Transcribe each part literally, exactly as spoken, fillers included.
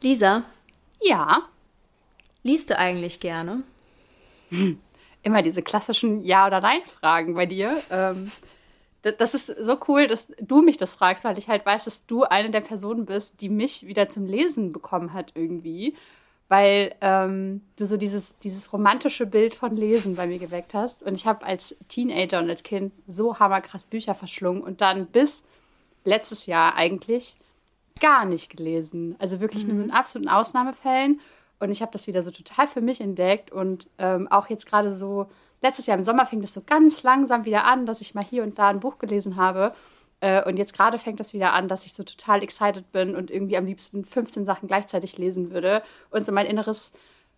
Lisa, Ja, liest du eigentlich gerne? immer diese klassischen Ja- oder Nein-Fragen bei dir. Ähm, d- das ist so cool, dass du mich das fragst, weil ich halt weiß, dass du eine der Personen bist, die mich wieder zum Lesen bekommen hat irgendwie. Weil ähm, du so dieses, dieses romantische Bild von Lesen bei mir geweckt hast. Und ich habe als Teenager und als Kind so hammerkrass Bücher verschlungen und dann bis letztes Jahr eigentlich gar nicht gelesen. Also wirklich nur so in absoluten Ausnahmefällen. Und ich habe das wieder so total für mich entdeckt. Und ähm, auch jetzt gerade so, letztes Jahr im Sommer fing das so ganz langsam wieder an, dass ich mal hier und da ein Buch gelesen habe. Äh, und jetzt gerade fängt das wieder an, dass ich so total excited bin und irgendwie am liebsten fünfzehn Sachen gleichzeitig lesen würde. Und so mein inneres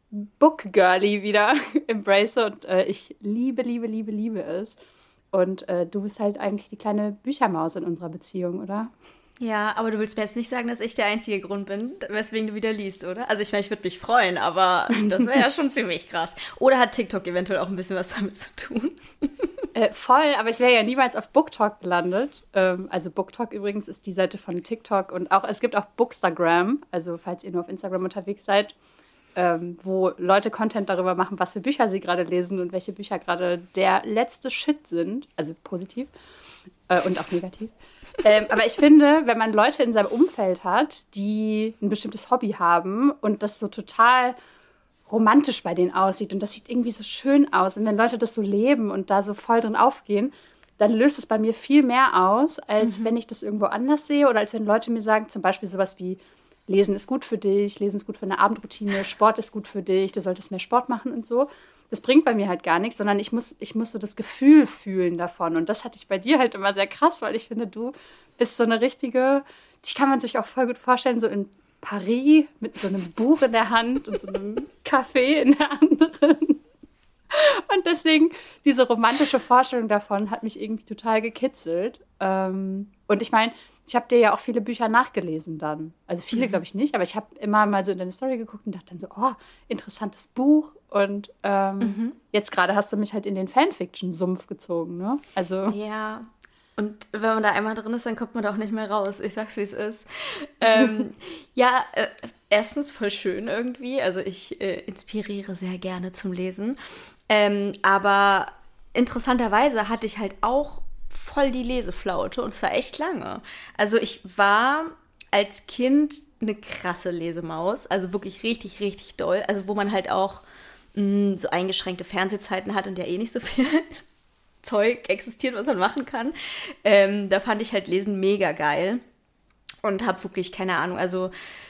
Book-Girlie wieder embrace. Und äh, ich liebe, liebe, liebe, liebe es. Und äh, du bist halt eigentlich die kleine Büchermaus in unserer Beziehung, oder? Ja, aber du willst mir jetzt nicht sagen, dass ich der einzige Grund bin, weswegen du wieder liest, oder? Also ich meine, ich würde mich freuen, aber das wäre ja schon ziemlich krass. Oder hat TikTok eventuell auch ein bisschen was damit zu tun? Äh, voll, aber ich wäre ja niemals auf BookTok gelandet. Ähm, also BookTok übrigens ist die Seite von TikTok und auch es gibt auch Bookstagram, also falls ihr nur auf Instagram unterwegs seid, ähm, wo Leute Content darüber machen, was für Bücher sie gerade lesen und welche Bücher gerade der letzte Shit sind, also positiv äh, und auch negativ. Ähm, aber ich finde, wenn man Leute in seinem Umfeld hat, die ein bestimmtes Hobby haben und das so total romantisch bei denen aussieht und das sieht irgendwie so schön aus. Und wenn Leute das so leben und da so voll drin aufgehen, dann löst es bei mir viel mehr aus, als wenn ich das irgendwo anders sehe oder als wenn Leute mir sagen, zum Beispiel sowas wie, Lesen ist gut für dich, Lesen ist gut für eine Abendroutine, Sport ist gut für dich, du solltest mehr Sport machen und so. Das bringt bei mir halt gar nichts, sondern ich muss, ich muss so das Gefühl fühlen davon. Und das hatte ich bei dir halt immer sehr krass, weil ich finde, du bist so eine richtige, die kann man sich auch voll gut vorstellen, so in Paris mit so einem Buch in der Hand und so einem Kaffee in der anderen. Und deswegen, diese romantische Vorstellung davon hat mich irgendwie total gekitzelt. Ähm, und ich meine, ich habe dir ja auch viele Bücher nachgelesen dann. Also viele glaube ich nicht, aber ich habe immer mal so in deine Story geguckt und dachte dann so, oh, interessantes Buch. Und ähm, jetzt gerade hast du mich halt in den Fanfiction-Sumpf gezogen, ne? Also, Ja. Und wenn man da einmal drin ist, dann kommt man da auch nicht mehr raus. Ich sag's, wie es ist. Ähm, ja, äh, erstens voll schön irgendwie. Also ich äh, inspiriere sehr gerne zum Lesen. Ähm, aber interessanterweise hatte ich halt auch voll die Leseflaute und zwar echt lange. Also ich war als Kind eine krasse Lesemaus. Also wirklich richtig, richtig doll. Also wo man halt auch mh, so eingeschränkte Fernsehzeiten hat und ja eh nicht so viel Zeug existiert, was man machen kann. Ähm, da fand ich halt Lesen mega geil und habe wirklich, keine Ahnung, also,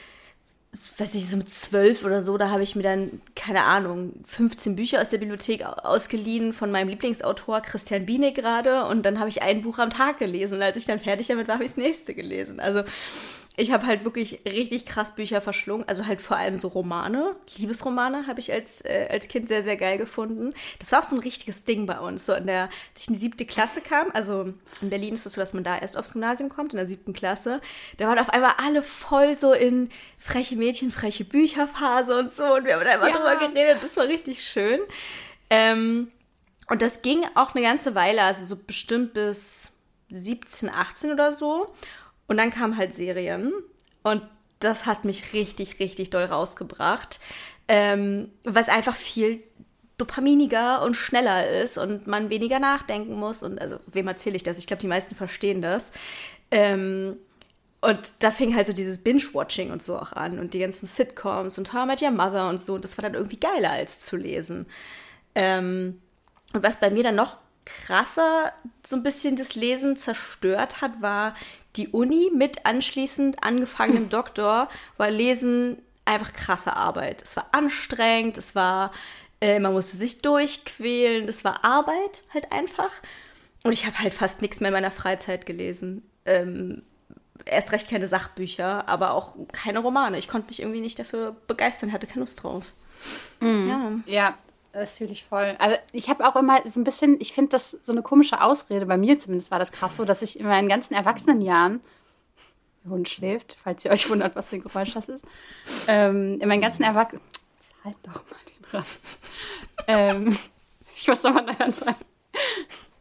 weiß ich, so mit zwölf oder so, da habe ich mir dann, keine Ahnung, fünfzehn Bücher aus der Bibliothek ausgeliehen von meinem Lieblingsautor Christian Biene gerade und dann habe ich ein Buch am Tag gelesen und als ich dann fertig damit war, habe ich das nächste gelesen. Also ich habe halt wirklich richtig krass Bücher verschlungen, also halt vor allem so Romane, Liebesromane habe ich als, äh, als Kind sehr, sehr geil gefunden. Das war auch so ein richtiges Ding bei uns, so in der, als ich in die siebte Klasse kam, also in Berlin ist es so, dass man da erst aufs Gymnasium kommt, in der siebten Klasse, da waren auf einmal alle voll so in freche Mädchen, freche Bücherphase und so und wir haben da immer ja. drüber geredet, das war richtig schön. Ähm, und das ging auch eine ganze Weile, also so bestimmt bis siebzehn, achtzehn oder so. Und dann kamen halt Serien und das hat mich richtig, richtig doll rausgebracht, ähm, was einfach viel dopaminiger und schneller ist und man weniger nachdenken muss. Und also, wem erzähle ich das? Ich glaube, die meisten verstehen das. Ähm, und da fing halt so dieses Binge-Watching und so auch an und die ganzen Sitcoms und How I Met Your Mother und so. Und das war dann irgendwie geiler als zu lesen. Ähm, und was bei mir dann noch krasser so ein bisschen das Lesen zerstört hat, war die Uni mit anschließend angefangenem Doktor, war Lesen einfach krasse Arbeit. Es war anstrengend, es war, äh, man musste sich durchquälen, das war Arbeit halt einfach. Und ich habe halt fast nichts mehr in meiner Freizeit gelesen. Ähm, erst recht keine Sachbücher, aber auch keine Romane. Ich konnte mich irgendwie nicht dafür begeistern, hatte keine Lust drauf. Mhm. Ja. Ja, das fühle ich voll. Also ich habe auch immer so ein bisschen, ich finde das so eine komische Ausrede, bei mir zumindest war das krass so, dass ich in meinen ganzen Erwachsenenjahren, der Hund schläft, falls ihr euch wundert, was für ein Geräusch das ist, ähm, in meinen ganzen Erwachsenen, halt doch mal den Rat. ähm, ich muss doch mal da anfangen.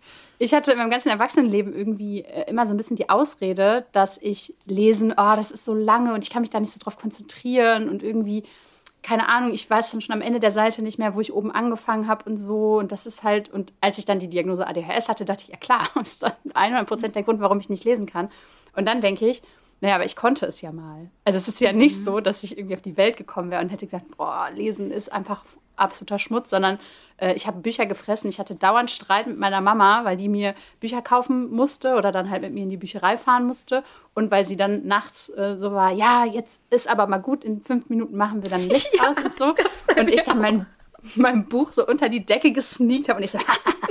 Ich hatte in meinem ganzen Erwachsenenleben irgendwie äh, immer so ein bisschen die Ausrede, dass ich lesen, oh, das ist so lange und ich kann mich da nicht so drauf konzentrieren und irgendwie, keine Ahnung, ich weiß dann schon am Ende der Seite nicht mehr, wo ich oben angefangen habe und so. Und das ist halt, und als ich dann die Diagnose A D H S hatte, dachte ich, ja klar, das ist dann hundert Prozent der Grund, warum ich nicht lesen kann. Und dann denke ich, naja, aber ich konnte es ja mal. Also es ist ja nicht mhm. so, dass ich irgendwie auf die Welt gekommen wäre und hätte gedacht, boah, lesen ist einfach absoluter Schmutz, sondern äh, ich habe Bücher gefressen. Ich hatte dauernd Streit mit meiner Mama, weil die mir Bücher kaufen musste oder dann halt mit mir in die Bücherei fahren musste. Und weil sie dann nachts äh, so war, ja, jetzt ist aber mal gut, in fünf Minuten machen wir dann Licht ja, aus und so. Und ich dann mein, mein Buch so unter die Decke gesneakt habe und ich so,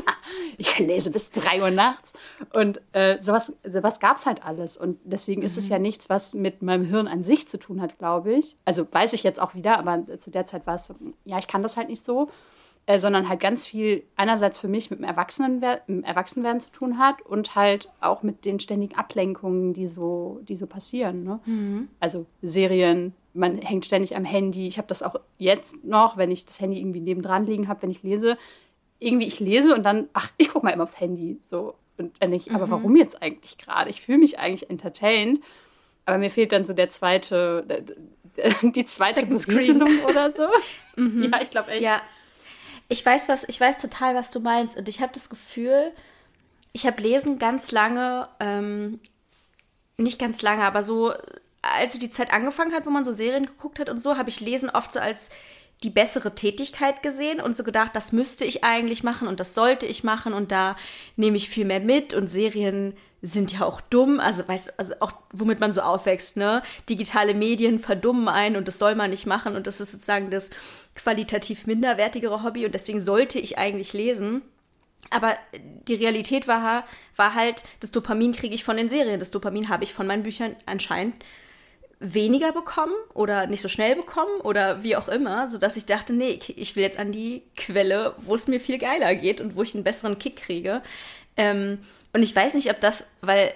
ich lese bis drei Uhr nachts. Und äh, sowas, sowas gab es halt alles. Und deswegen mhm. ist es ja nichts, was mit meinem Hirn an sich zu tun hat, glaube ich. Also weiß ich jetzt auch wieder, aber zu der Zeit war es so, ja, ich kann das halt nicht so. Äh, sondern halt ganz viel einerseits für mich mit dem Erwachsenenwer- dem Erwachsenwerden zu tun hat und halt auch mit den ständigen Ablenkungen, die so, die so passieren. Ne? Mhm. Also Serien, man hängt ständig am Handy. Ich habe das auch jetzt noch, wenn ich das Handy irgendwie nebendran liegen habe, wenn ich lese. Irgendwie ich lese und dann, ach, ich gucke mal immer aufs Handy. So. Und dann denke ich, mhm. aber warum jetzt eigentlich gerade? Ich fühle mich eigentlich entertained, aber mir fehlt dann so der zweite, die zweite Berieselung oder so. Mhm. Ja, ich glaube echt. Ja. Ich weiß was, ich weiß total, was du meinst. Und ich habe das Gefühl, ich habe Lesen ganz lange, ähm, nicht ganz lange, aber so, als so die Zeit angefangen hat, wo man so Serien geguckt hat und so, habe ich Lesen oft so als die bessere Tätigkeit gesehen und so gedacht, das müsste ich eigentlich machen und das sollte ich machen und da nehme ich viel mehr mit und Serien sind ja auch dumm, also weißt also auch womit man so aufwächst, ne? Digitale Medien verdummen einen und das soll man nicht machen und das ist sozusagen das qualitativ minderwertigere Hobby und deswegen sollte ich eigentlich lesen. Aber die Realität war, war halt, das Dopamin kriege ich von den Serien, das Dopamin habe ich von meinen Büchern anscheinend weniger bekommen oder nicht so schnell bekommen oder wie auch immer, sodass ich dachte, nee, ich will jetzt an die Quelle, wo es mir viel geiler geht und wo ich einen besseren Kick kriege. Ähm, und ich weiß nicht, ob das, weil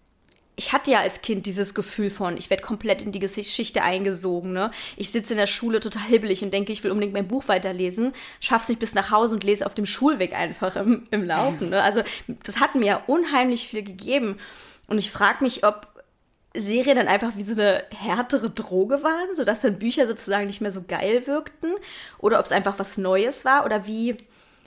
ich hatte ja als Kind dieses Gefühl von, ich werde komplett in die Geschichte eingesogen, ne? Ich sitze in der Schule total hibbelig und denke, ich will unbedingt mein Buch weiterlesen, schaff's nicht bis nach Hause und lese auf dem Schulweg einfach im, im Laufen, ne? Also das hat mir ja unheimlich viel gegeben. Und ich frage mich, ob Serien dann einfach wie so eine härtere Droge waren, sodass dann Bücher sozusagen nicht mehr so geil wirkten oder ob es einfach was Neues war oder wie,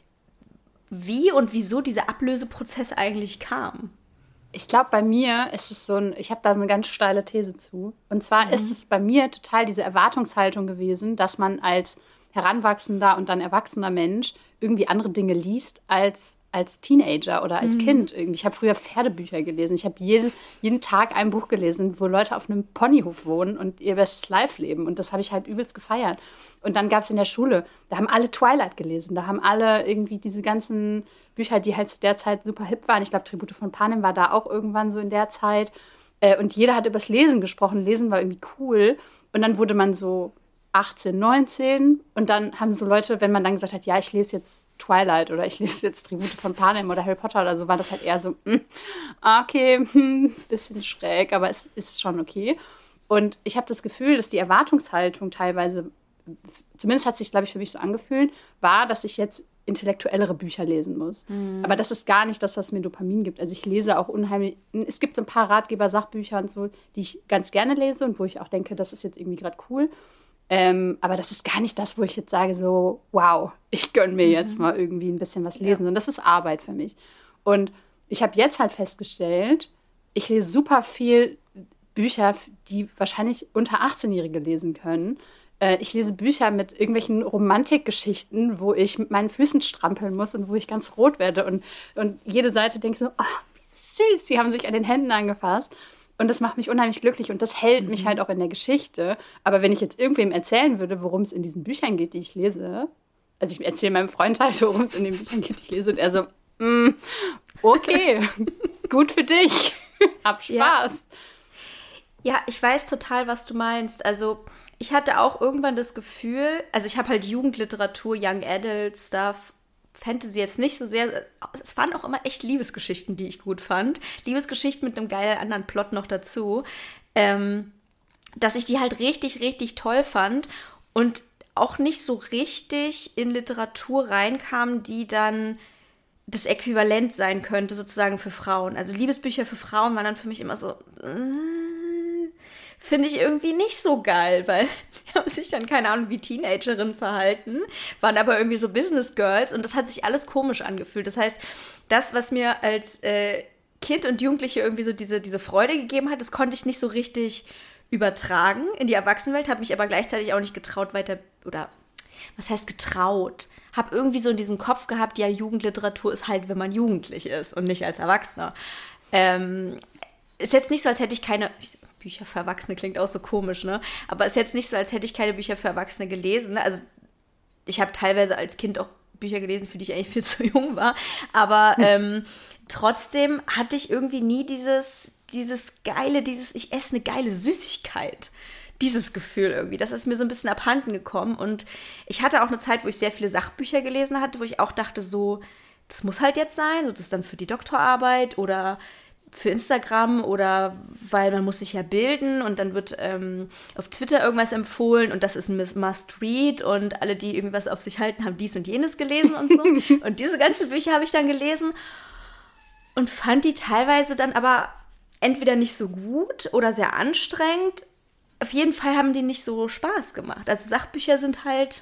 wie und wieso dieser Ablöseprozess eigentlich kam. Ich glaube, bei mir ist es so ein, ich habe da eine ganz steile These zu. Und zwar mhm. ist es bei mir total diese Erwartungshaltung gewesen, dass man als heranwachsender und dann erwachsener Mensch irgendwie andere Dinge liest als als Teenager oder als mhm. Kind irgendwie. Ich habe früher Pferdebücher gelesen. Ich habe jeden, jeden Tag ein Buch gelesen, wo Leute auf einem Ponyhof wohnen und ihr bestes Life leben. Und das habe ich halt übelst gefeiert. Und dann gab es in der Schule, da haben alle Twilight gelesen. Da haben alle irgendwie diese ganzen Bücher, die halt zu der Zeit super hip waren. Ich glaube, Tribute von Panem war da auch irgendwann so in der Zeit. Und jeder hat übers Lesen gesprochen. Lesen war irgendwie cool. Und dann wurde man so achtzehn, neunzehn und dann haben so Leute, wenn man dann gesagt hat, ja, ich lese jetzt Twilight oder ich lese jetzt Tribute von Panem oder Harry Potter oder so, war das halt eher so, mh, okay, hm, bisschen schräg, aber es ist schon okay. Und ich habe das Gefühl, dass die Erwartungshaltung teilweise, zumindest hat es sich, glaube ich, für mich so angefühlt, war, dass ich jetzt intellektuellere Bücher lesen muss. Mhm. Aber das ist gar nicht das, was mir Dopamin gibt. Also ich lese auch unheimlich, es gibt so ein paar Ratgeber, Sachbücher und so, die ich ganz gerne lese und wo ich auch denke, das ist jetzt irgendwie gerade cool. Ähm, aber das ist gar nicht das, wo ich jetzt sage so, wow, ich gönne mir mhm. jetzt mal irgendwie ein bisschen was lesen. Ja. Und das ist Arbeit für mich. Und ich habe jetzt halt festgestellt, ich lese super viel Bücher, die wahrscheinlich unter achtzehnjährige lesen können. Äh, ich lese Bücher mit irgendwelchen Romantikgeschichten, wo ich mit meinen Füßen strampeln muss und wo ich ganz rot werde. Und, und jede Seite denke so, oh, wie süß, die haben sich an den Händen angefasst. Und das macht mich unheimlich glücklich und das hält mhm. mich halt auch in der Geschichte. Aber wenn ich jetzt irgendwem erzählen würde, worum es in diesen Büchern geht, die ich lese, also ich erzähle meinem Freund halt, worum es in den Büchern geht, die ich lese, und er so, mm, okay, gut für dich, hab Spaß. Ja. ja, ich weiß total, was du meinst. Also ich hatte auch irgendwann das Gefühl, also ich habe halt Jugendliteratur, Young Adult Stuff, Fantasy jetzt nicht so sehr, es waren auch immer echt Liebesgeschichten, die ich gut fand. Liebesgeschichten mit einem geilen anderen Plot noch dazu. Ähm, dass ich die halt richtig, richtig toll fand und auch nicht so richtig in Literatur reinkam, die dann das Äquivalent sein könnte, sozusagen für Frauen. Also Liebesbücher für Frauen waren dann für mich immer so, äh, finde ich irgendwie nicht so geil, weil die haben sich dann, keine Ahnung, wie Teenagerinnen verhalten, waren aber irgendwie so Business Girls und das hat sich alles komisch angefühlt. Das heißt, das, was mir als äh, Kind und Jugendliche irgendwie so diese, diese Freude gegeben hat, das konnte ich nicht so richtig übertragen in die Erwachsenenwelt, habe mich aber gleichzeitig auch nicht getraut weiter, oder was heißt getraut? Habe irgendwie so in diesem Kopf gehabt, ja, Jugendliteratur ist halt, wenn man jugendlich ist und nicht als Erwachsener. Ähm, ist jetzt nicht so, als hätte ich keine, Bücher für Erwachsene klingt auch so komisch, ne? Aber ist jetzt nicht so, als hätte ich keine Bücher für Erwachsene gelesen. Also ich habe teilweise als Kind auch Bücher gelesen, für die ich eigentlich viel zu jung war. Aber ähm, trotzdem hatte ich irgendwie nie dieses, dieses geile, dieses, ich esse eine geile Süßigkeit. Dieses Gefühl irgendwie, das ist mir so ein bisschen abhanden gekommen. Und ich hatte auch eine Zeit, wo ich sehr viele Sachbücher gelesen hatte, wo ich auch dachte so, das muss halt jetzt sein. So, das ist dann für die Doktorarbeit oder für Instagram oder weil man muss sich ja bilden und dann wird ähm, auf Twitter irgendwas empfohlen und das ist ein Must-Read und alle, die irgendwas auf sich halten, haben dies und jenes gelesen und so. Und diese ganzen Bücher habe ich dann gelesen und fand die teilweise dann aber entweder nicht so gut oder sehr anstrengend. Auf jeden Fall haben die nicht so Spaß gemacht. Also Sachbücher sind halt,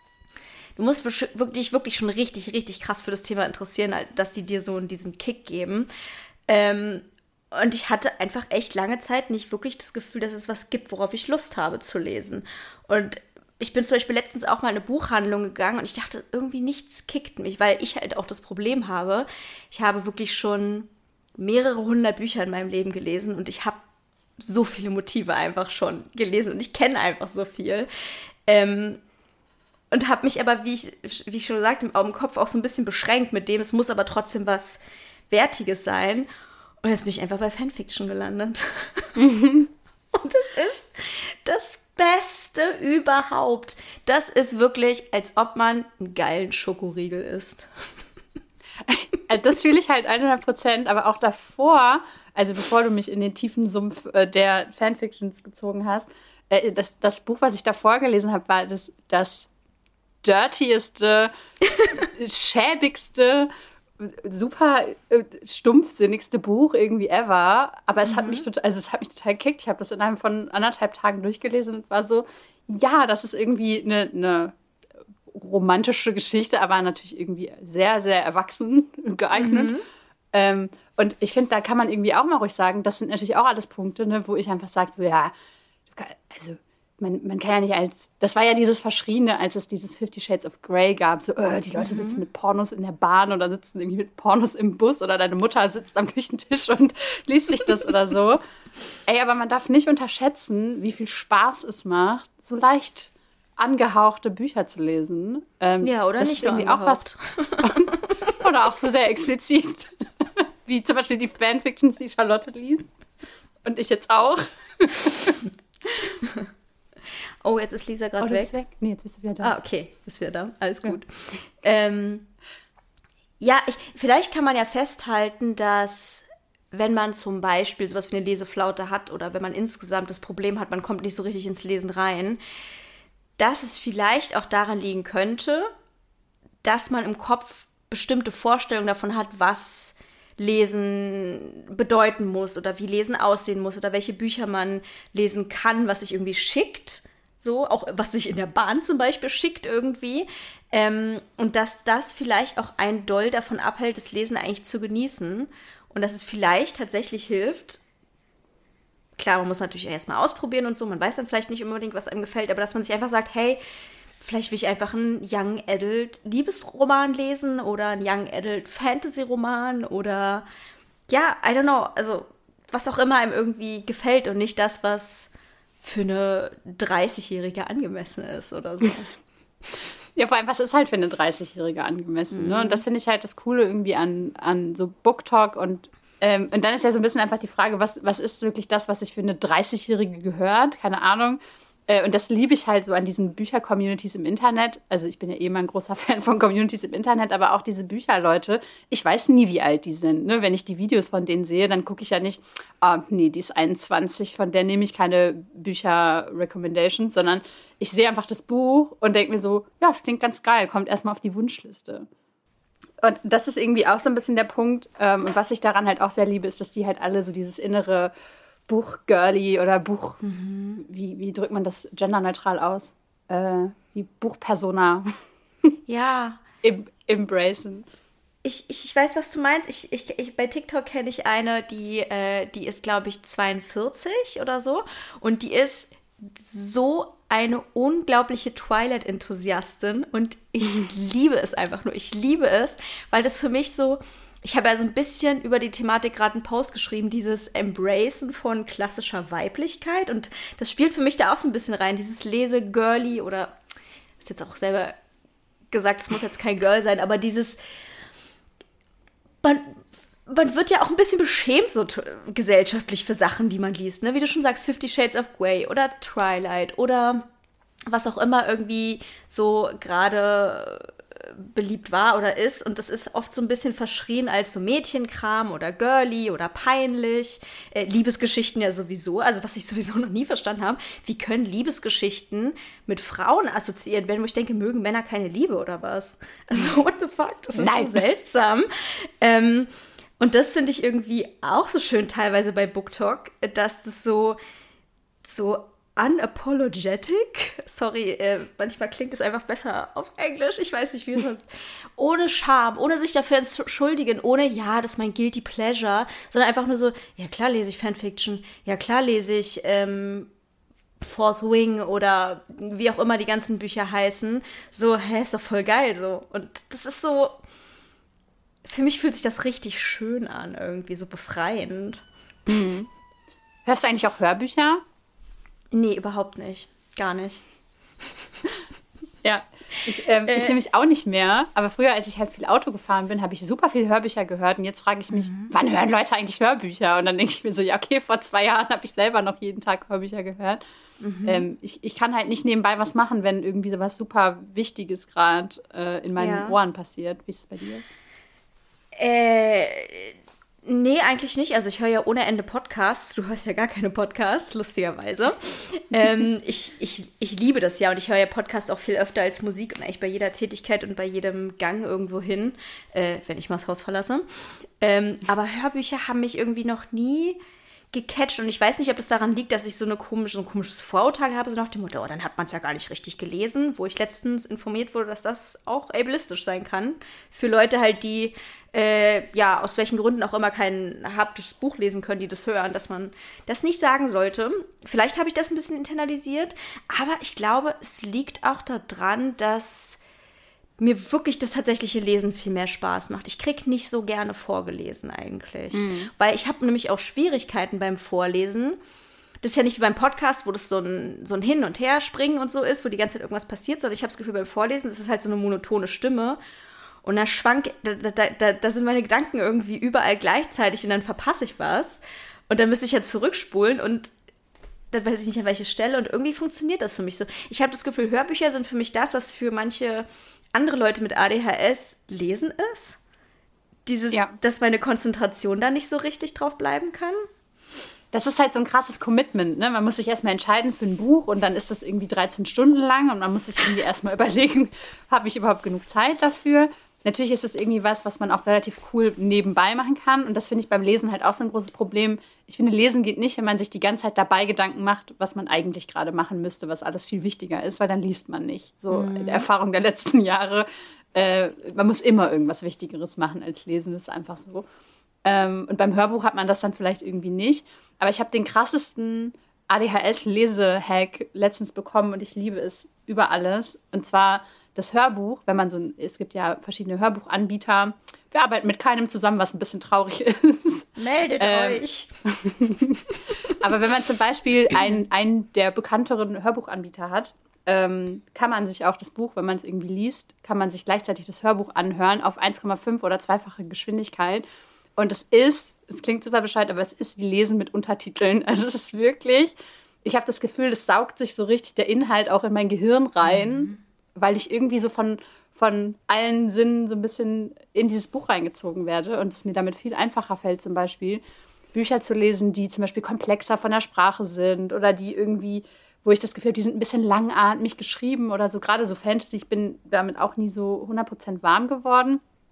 du musst wirklich, wirklich schon richtig, richtig krass für das Thema interessieren, dass die dir so diesen Kick geben. Ähm, und ich hatte einfach echt lange Zeit nicht wirklich das Gefühl, dass es was gibt, worauf ich Lust habe zu lesen. Und ich bin zum Beispiel letztens auch mal in eine Buchhandlung gegangen und ich dachte, irgendwie nichts kickt mich, weil ich halt auch das Problem habe, ich habe wirklich schon mehrere hundert Bücher in meinem Leben gelesen und ich habe so viele Motive einfach schon gelesen und ich kenne einfach so viel. Ähm, und habe mich aber, wie ich, wie ich schon sagte, im Kopf auch so ein bisschen beschränkt mit dem, es muss aber trotzdem was Wertiges sein. Und jetzt bin ich einfach bei Fanfiction gelandet. Mhm. Und es ist das Beste überhaupt. Das ist wirklich, als ob man einen geilen Schokoriegel isst. Das fühle ich halt hundert Prozent, aber auch davor, also bevor du mich in den tiefen Sumpf äh, der Fanfictions gezogen hast, äh, das, das Buch, was ich davor gelesen habe, war das, das dirtieste, schäbigste, super äh, stumpfsinnigste Buch irgendwie ever. Aber es mhm. hat mich total, also es hat mich total gekickt. Ich habe das innerhalb von anderthalb Tagen durchgelesen und war so, ja, das ist irgendwie eine, eine romantische Geschichte, aber natürlich irgendwie sehr, sehr erwachsen geeignet. Mhm. Ähm, und ich finde, da kann man irgendwie auch mal ruhig sagen, das sind natürlich auch alles Punkte, ne, wo ich einfach sage, so ja, also man, man kann ja nicht als, das war ja dieses Verschriene, als es dieses Fifty Shades of Grey gab, so äh, die Leute mhm. sitzen mit Pornos in der Bahn oder sitzen irgendwie mit Pornos im Bus oder deine Mutter sitzt am Küchentisch und liest sich das oder so. Ey, aber man darf nicht unterschätzen, wie viel Spaß es macht, so leicht angehauchte Bücher zu lesen. Ähm, ja, oder nicht nur angehaucht. Auch was, oder auch so sehr explizit. Wie zum Beispiel die Fanfictions, die Charlotte liest. Und ich jetzt auch. Oh, jetzt ist Lisa gerade oh, weg. weg. Nee, jetzt bist du wieder da. Ah, okay, bist wieder da. Alles gut. Ja, ähm, ja ich, vielleicht kann man ja festhalten, dass wenn man zum Beispiel sowas wie eine Leseflaute hat oder wenn man insgesamt das Problem hat, man kommt nicht so richtig ins Lesen rein, dass es vielleicht auch daran liegen könnte, dass man im Kopf bestimmte Vorstellungen davon hat, was Lesen bedeuten muss oder wie Lesen aussehen muss oder welche Bücher man lesen kann, was sich irgendwie schickt, so, auch was sich in der Bahn zum Beispiel schickt irgendwie. Ähm, und dass das vielleicht auch einen doll davon abhält, das Lesen eigentlich zu genießen. Und dass es vielleicht tatsächlich hilft, klar, man muss natürlich erstmal ausprobieren und so, man weiß dann vielleicht nicht unbedingt, was einem gefällt, aber dass man sich einfach sagt, hey, vielleicht will ich einfach einen Young Adult Liebesroman lesen oder einen Young Adult Fantasy Roman oder ja, I don't know, also was auch immer einem irgendwie gefällt und nicht das, was für eine dreißigjährige angemessen ist oder so. Ja, vor allem, was ist halt für eine dreißigjährige angemessen, mhm. ne? Und das finde ich halt das Coole irgendwie an, an so Booktalk und ähm, und dann ist ja so ein bisschen einfach die Frage, was, was ist wirklich das, was sich für eine dreißigjährige gehört? Keine Ahnung. Äh, und das liebe ich halt so an diesen Bücher-Communities im Internet. Also ich bin ja eh mal ein großer Fan von Communities im Internet, aber auch diese Bücherleute, ich weiß nie, wie alt die sind. Ne? Wenn ich die Videos von denen sehe, dann gucke ich ja nicht, ah, nee, die ist einundzwanzig, von der nehme ich keine Bücher-Recommendations, sondern ich sehe einfach das Buch und denke mir so, ja, es klingt ganz geil, kommt erstmal auf die Wunschliste. Und das ist irgendwie auch so ein bisschen der Punkt. Ähm, und was ich daran halt auch sehr liebe, ist, dass die halt alle so dieses innere Buch-Girly oder Buch, mhm. wie, wie drückt man das genderneutral aus? Äh, die Buchpersona. Ja. Em- embracen. Ich, ich, ich weiß, was du meinst. Ich, ich, ich, bei TikTok kenne ich eine, die, äh, die ist, glaube ich, zweiundvierzig oder so. Und die ist so eine unglaubliche Twilight-Enthusiastin. Und ich liebe es einfach nur. Ich liebe es, weil das für mich so... Ich habe ja so ein bisschen über die Thematik gerade einen Post geschrieben, dieses Embracen von klassischer Weiblichkeit. Und das spielt für mich da auch so ein bisschen rein. Dieses Lese-Girly oder... Ist jetzt auch selber gesagt, es muss jetzt kein Girl sein, aber dieses... Man, man wird ja auch ein bisschen beschämt so t- gesellschaftlich für Sachen, die man liest. Ne? Wie du schon sagst, Fifty Shades of Grey oder Twilight oder was auch immer irgendwie so gerade beliebt war oder ist. Und das ist oft so ein bisschen verschrien als so Mädchenkram oder girly oder peinlich. Äh, Liebesgeschichten ja sowieso. Also was ich sowieso noch nie verstanden habe, wie können Liebesgeschichten mit Frauen assoziiert werden, wo ich denke, mögen Männer keine Liebe oder was? Also what the fuck? Das ist Nein. so seltsam. Ähm, und das finde ich irgendwie auch so schön teilweise bei BookTok, dass das so so unapologetic, sorry, äh, manchmal klingt es einfach besser auf Englisch, ich weiß nicht, wie es sonst, ohne Scham, ohne sich dafür zu entschuldigen, ohne, ja, das ist mein guilty pleasure, sondern einfach nur so, ja klar lese ich Fanfiction, ja klar lese ich ähm, Fourth Wing oder wie auch immer die ganzen Bücher heißen, so, hä, ist doch voll geil, so. Und das ist so, für mich fühlt sich das richtig schön an, irgendwie, so befreiend. Mhm. Hörst du eigentlich auch Hörbücher? Nee, überhaupt nicht. Gar nicht. Ja, ich, ähm, äh, ich nämlich auch nicht mehr. Aber früher, als ich halt viel Auto gefahren bin, habe ich super viel Hörbücher gehört. Und jetzt frage ich mich, mhm. wann hören Leute eigentlich Hörbücher? Und dann denke ich mir so, ja, okay, vor zwei Jahren habe ich selber noch jeden Tag Hörbücher gehört. Mhm. Ähm, ich, ich kann halt nicht nebenbei was machen, wenn irgendwie so was super Wichtiges gerade äh, in meinen ja. Ohren passiert. Wie ist es bei dir? Äh... Nee, eigentlich nicht. Also ich höre ja ohne Ende Podcasts. Du hörst ja gar keine Podcasts, lustigerweise. ähm, ich, ich, ich liebe das ja und ich höre ja Podcasts auch viel öfter als Musik und eigentlich bei jeder Tätigkeit und bei jedem Gang irgendwo hin, äh, wenn ich mal das Haus verlasse. Ähm, aber Hörbücher haben mich irgendwie noch nie gecatcht und ich weiß nicht, ob es daran liegt, dass ich so, eine komische, so ein komisches Vorurteil habe, so nach dem Motto, oh, dann hat man es ja gar nicht richtig gelesen, wo ich letztens informiert wurde, dass das auch ableistisch sein kann. Für Leute halt, die Äh, ja, aus welchen Gründen auch immer kein haptisches Buch lesen können, die das hören, dass man das nicht sagen sollte. Vielleicht habe ich das ein bisschen internalisiert, aber ich glaube, es liegt auch daran, dass mir wirklich das tatsächliche Lesen viel mehr Spaß macht. Ich kriege nicht so gerne vorgelesen eigentlich, mhm. weil ich habe nämlich auch Schwierigkeiten beim Vorlesen. Das ist ja nicht wie beim Podcast, wo das so ein, so ein Hin- und Herspringen und so ist, wo die ganze Zeit irgendwas passiert, sondern ich habe das Gefühl, beim Vorlesen, das ist halt so eine monotone Stimme. Und da schwank, da, da, da, da sind meine Gedanken irgendwie überall gleichzeitig und dann verpasse ich was. Und dann müsste ich jetzt zurückspulen und dann weiß ich nicht, an welche Stelle. Und irgendwie funktioniert das für mich so. Ich habe das Gefühl, Hörbücher sind für mich das, was für manche andere Leute mit A D H S lesen ist. Dieses, ja. dass meine Konzentration da nicht so richtig drauf bleiben kann. Das ist halt so ein krasses Commitment, ne? Man muss sich erstmal entscheiden für ein Buch und dann ist das irgendwie dreizehn Stunden lang und man muss sich irgendwie erstmal überlegen, habe ich überhaupt genug Zeit dafür? Natürlich ist das irgendwie was, was man auch relativ cool nebenbei machen kann. Und das finde ich beim Lesen halt auch so ein großes Problem. Ich finde, Lesen geht nicht, wenn man sich die ganze Zeit dabei Gedanken macht, was man eigentlich gerade machen müsste, was alles viel wichtiger ist, weil dann liest man nicht. So mhm. die Erfahrung der letzten Jahre. Äh, man muss immer irgendwas Wichtigeres machen als lesen, das ist einfach so. Ähm, und beim Hörbuch hat man das dann vielleicht irgendwie nicht. Aber ich habe den krassesten A D H S-Lese-Hack letztens bekommen und ich liebe es über alles. Und zwar das Hörbuch, wenn man so ein, es gibt ja verschiedene Hörbuchanbieter. Wir arbeiten mit keinem zusammen, was ein bisschen traurig ist. Meldet ähm, euch. Aber wenn man zum Beispiel einen, einen der bekannteren Hörbuchanbieter hat, ähm, kann man sich auch das Buch, wenn man es irgendwie liest, kann man sich gleichzeitig das Hörbuch anhören auf eins Komma fünf oder zweifache Geschwindigkeit. Und es ist, es klingt super bescheuert, aber es ist wie Lesen mit Untertiteln. Also es ist wirklich, ich habe das Gefühl, es saugt sich so richtig der Inhalt auch in mein Gehirn rein. Mhm. Weil ich irgendwie so von, von allen Sinnen so ein bisschen in dieses Buch reingezogen werde und es mir damit viel einfacher fällt, zum Beispiel Bücher zu lesen, die zum Beispiel komplexer von der Sprache sind oder die irgendwie, wo ich das Gefühl habe, die sind ein bisschen langatmig geschrieben oder so, gerade so Fantasy, ich bin damit auch nie so hundert Prozent warm geworden.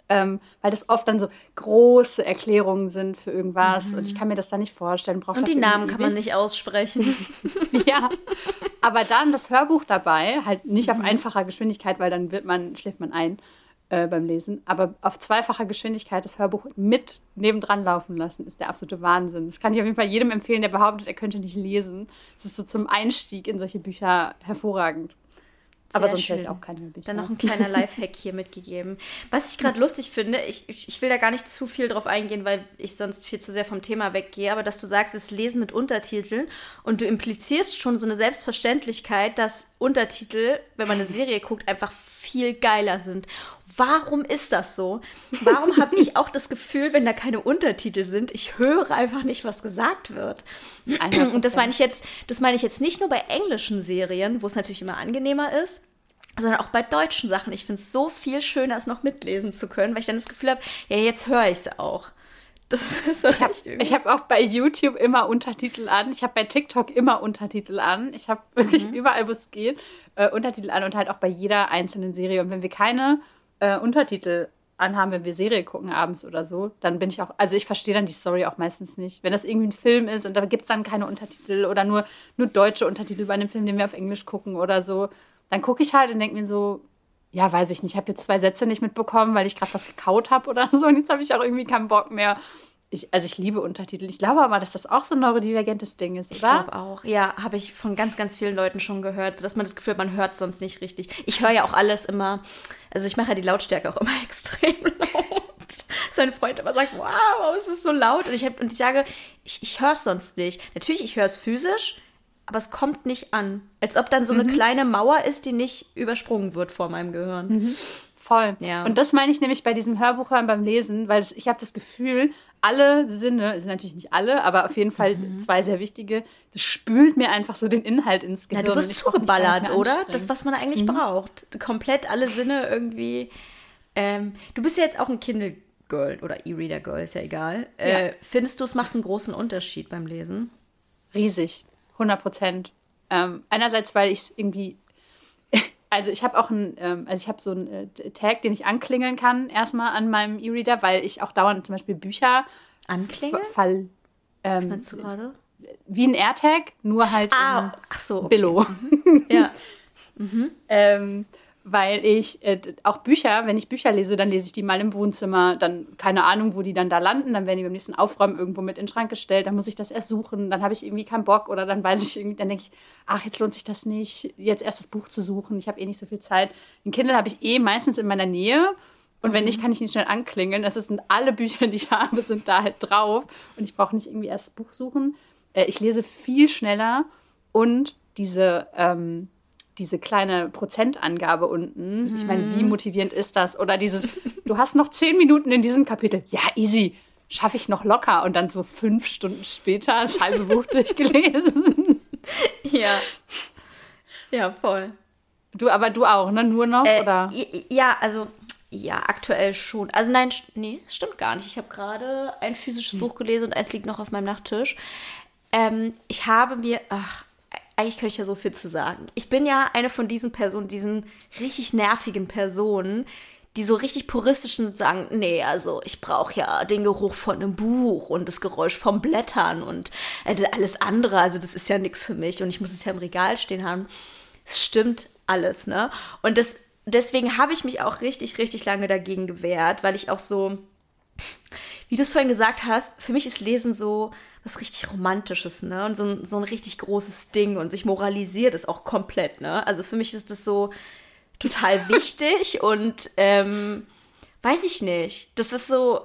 ähm, weil das oft dann so große Erklärungen sind für irgendwas mhm. und ich kann mir das dann nicht vorstellen. Braucht und die Namen kann man nicht aussprechen. Ja, aber dann das Hörbuch dabei, halt nicht mhm. auf einfacher Geschwindigkeit, weil dann wird man, schläft man ein äh, beim Lesen, aber auf zweifacher Geschwindigkeit das Hörbuch mit nebendran laufen lassen, ist der absolute Wahnsinn. Das kann ich auf jeden Fall jedem empfehlen, der behauptet, er könnte nicht lesen. Das ist so zum Einstieg in solche Bücher hervorragend. Aber sonst hätte ich auch keine Bücher. Dann noch ein kleiner Lifehack hier mitgegeben. Was ich gerade lustig finde, ich, ich will da gar nicht zu viel drauf eingehen, weil ich sonst viel zu sehr vom Thema weggehe, aber dass du sagst, es Lesen mit Untertiteln und du implizierst schon so eine Selbstverständlichkeit, dass Untertitel, wenn man eine Serie guckt, einfach viel geiler sind. Warum ist das so? Warum habe ich auch das Gefühl, wenn da keine Untertitel sind, ich höre einfach nicht, was gesagt wird? hundert Prozent. Und das meine ich jetzt, das meine ich jetzt nicht nur bei englischen Serien, wo es natürlich immer angenehmer ist, sondern auch bei deutschen Sachen. Ich finde es so viel schöner, es noch mitlesen zu können, weil ich dann das Gefühl habe, ja, jetzt höre ich es auch. Das ist so ich habe hab auch bei YouTube immer Untertitel an. Ich habe bei TikTok immer Untertitel an. Ich habe wirklich mhm. überall, wo es geht, äh, Untertitel an und halt auch bei jeder einzelnen Serie. Und wenn wir keine äh, Untertitel anhaben, wenn wir Serie gucken abends oder so, dann bin ich auch, also ich verstehe dann die Story auch meistens nicht. Wenn das irgendwie ein Film ist und da gibt es dann keine Untertitel oder nur, nur deutsche Untertitel bei einem Film, den wir auf Englisch gucken oder so, dann gucke ich halt und denke mir so, ja, weiß ich nicht, ich habe jetzt zwei Sätze nicht mitbekommen, weil ich gerade was gekaut habe oder so und jetzt habe ich auch irgendwie keinen Bock mehr. Ich, also ich liebe Untertitel. Ich glaube aber, dass das auch so ein neurodivergentes Ding ist, oder? Ich glaube auch. Ja, habe ich von ganz, ganz vielen Leuten schon gehört, dass man das Gefühl hat, man hört sonst nicht richtig. Ich höre ja auch alles immer, also ich mache ja die Lautstärke auch immer extrem laut. So ein Freund immer sagt, wow, warum ist es so laut? Und ich, hab, und ich sage, ich, ich höre es sonst nicht. Natürlich, ich höre es physisch, aber es kommt nicht an. Als ob dann so eine mhm. kleine Mauer ist, die nicht übersprungen wird vor meinem Gehirn. Mhm. Voll. Ja. Und das meine ich nämlich bei diesem Hörbuchhören beim Lesen, weil es, ich habe das Gefühl, alle Sinne, sind natürlich nicht alle, aber auf jeden Fall mhm. zwei sehr wichtige, das spült mir einfach so den Inhalt ins Gehirn. Ja, du wirst zugeballert, oder? Das, was man eigentlich mhm. braucht. Komplett alle Sinne irgendwie. Ähm, du bist ja jetzt auch ein Kindle-Girl oder E-Reader-Girl, ist ja egal. Äh, ja. Findest du, es macht einen großen Unterschied beim Lesen? Riesig. hundert Prozent. Ähm, einerseits, weil ich es irgendwie, also ich habe auch einen, ähm, also ich habe so einen äh, Tag, den ich anklingeln kann, erstmal an meinem E-Reader, weil ich auch dauernd zum Beispiel Bücher anklingeln? Fall, ähm, Was meinst du gerade? Wie ein AirTag, nur halt ah, ach so, okay. Billo. Mhm. Ja. Mhm. ähm, weil ich äh, auch Bücher, wenn ich Bücher lese, dann lese ich die mal im Wohnzimmer, dann keine Ahnung, wo die dann da landen, dann werden die beim nächsten Aufräumen irgendwo mit in den Schrank gestellt, dann muss ich das erst suchen, dann habe ich irgendwie keinen Bock oder dann weiß ich irgendwie, dann denke ich, ach, jetzt lohnt sich das nicht, jetzt erst das Buch zu suchen, ich habe eh nicht so viel Zeit. Den Kindle habe ich eh meistens in meiner Nähe und wenn nicht, kann ich ihn schnell anklingeln. Das sind alle Bücher, die ich habe, sind da halt drauf und ich brauche nicht irgendwie erst das Buch suchen. Äh, ich lese viel schneller und diese ähm, diese kleine Prozentangabe unten. Ich meine, wie motivierend ist das? Oder dieses, du hast noch zehn Minuten in diesem Kapitel. Ja, easy. Schaffe ich noch locker. Und dann so fünf Stunden später das halbe Buch durchgelesen. Ja. Ja, voll. Du, aber du auch, ne? Nur noch, äh, oder? Ja, also, ja, aktuell schon. Also nein, nee, das stimmt gar nicht. Ich habe gerade ein physisches hm. Buch gelesen und eins liegt noch auf meinem Nachttisch. Ähm, ich habe mir, ach, eigentlich kann ich ja so viel zu sagen. Ich bin ja eine von diesen Personen, diesen richtig nervigen Personen, die so richtig puristisch sind und sagen, nee, also ich brauche ja den Geruch von einem Buch und das Geräusch vom Blättern und alles andere, also das ist ja nichts für mich und ich muss es ja im Regal stehen haben. Es stimmt alles, ne? Und das, deswegen habe ich mich auch richtig, richtig lange dagegen gewehrt, weil ich auch so, wie du es vorhin gesagt hast, für mich ist Lesen so was richtig Romantisches, ne? Und so ein, so ein richtig großes Ding und sich moralisiert es auch komplett, ne? Also für mich ist das so total wichtig und ähm, weiß ich nicht. Das ist so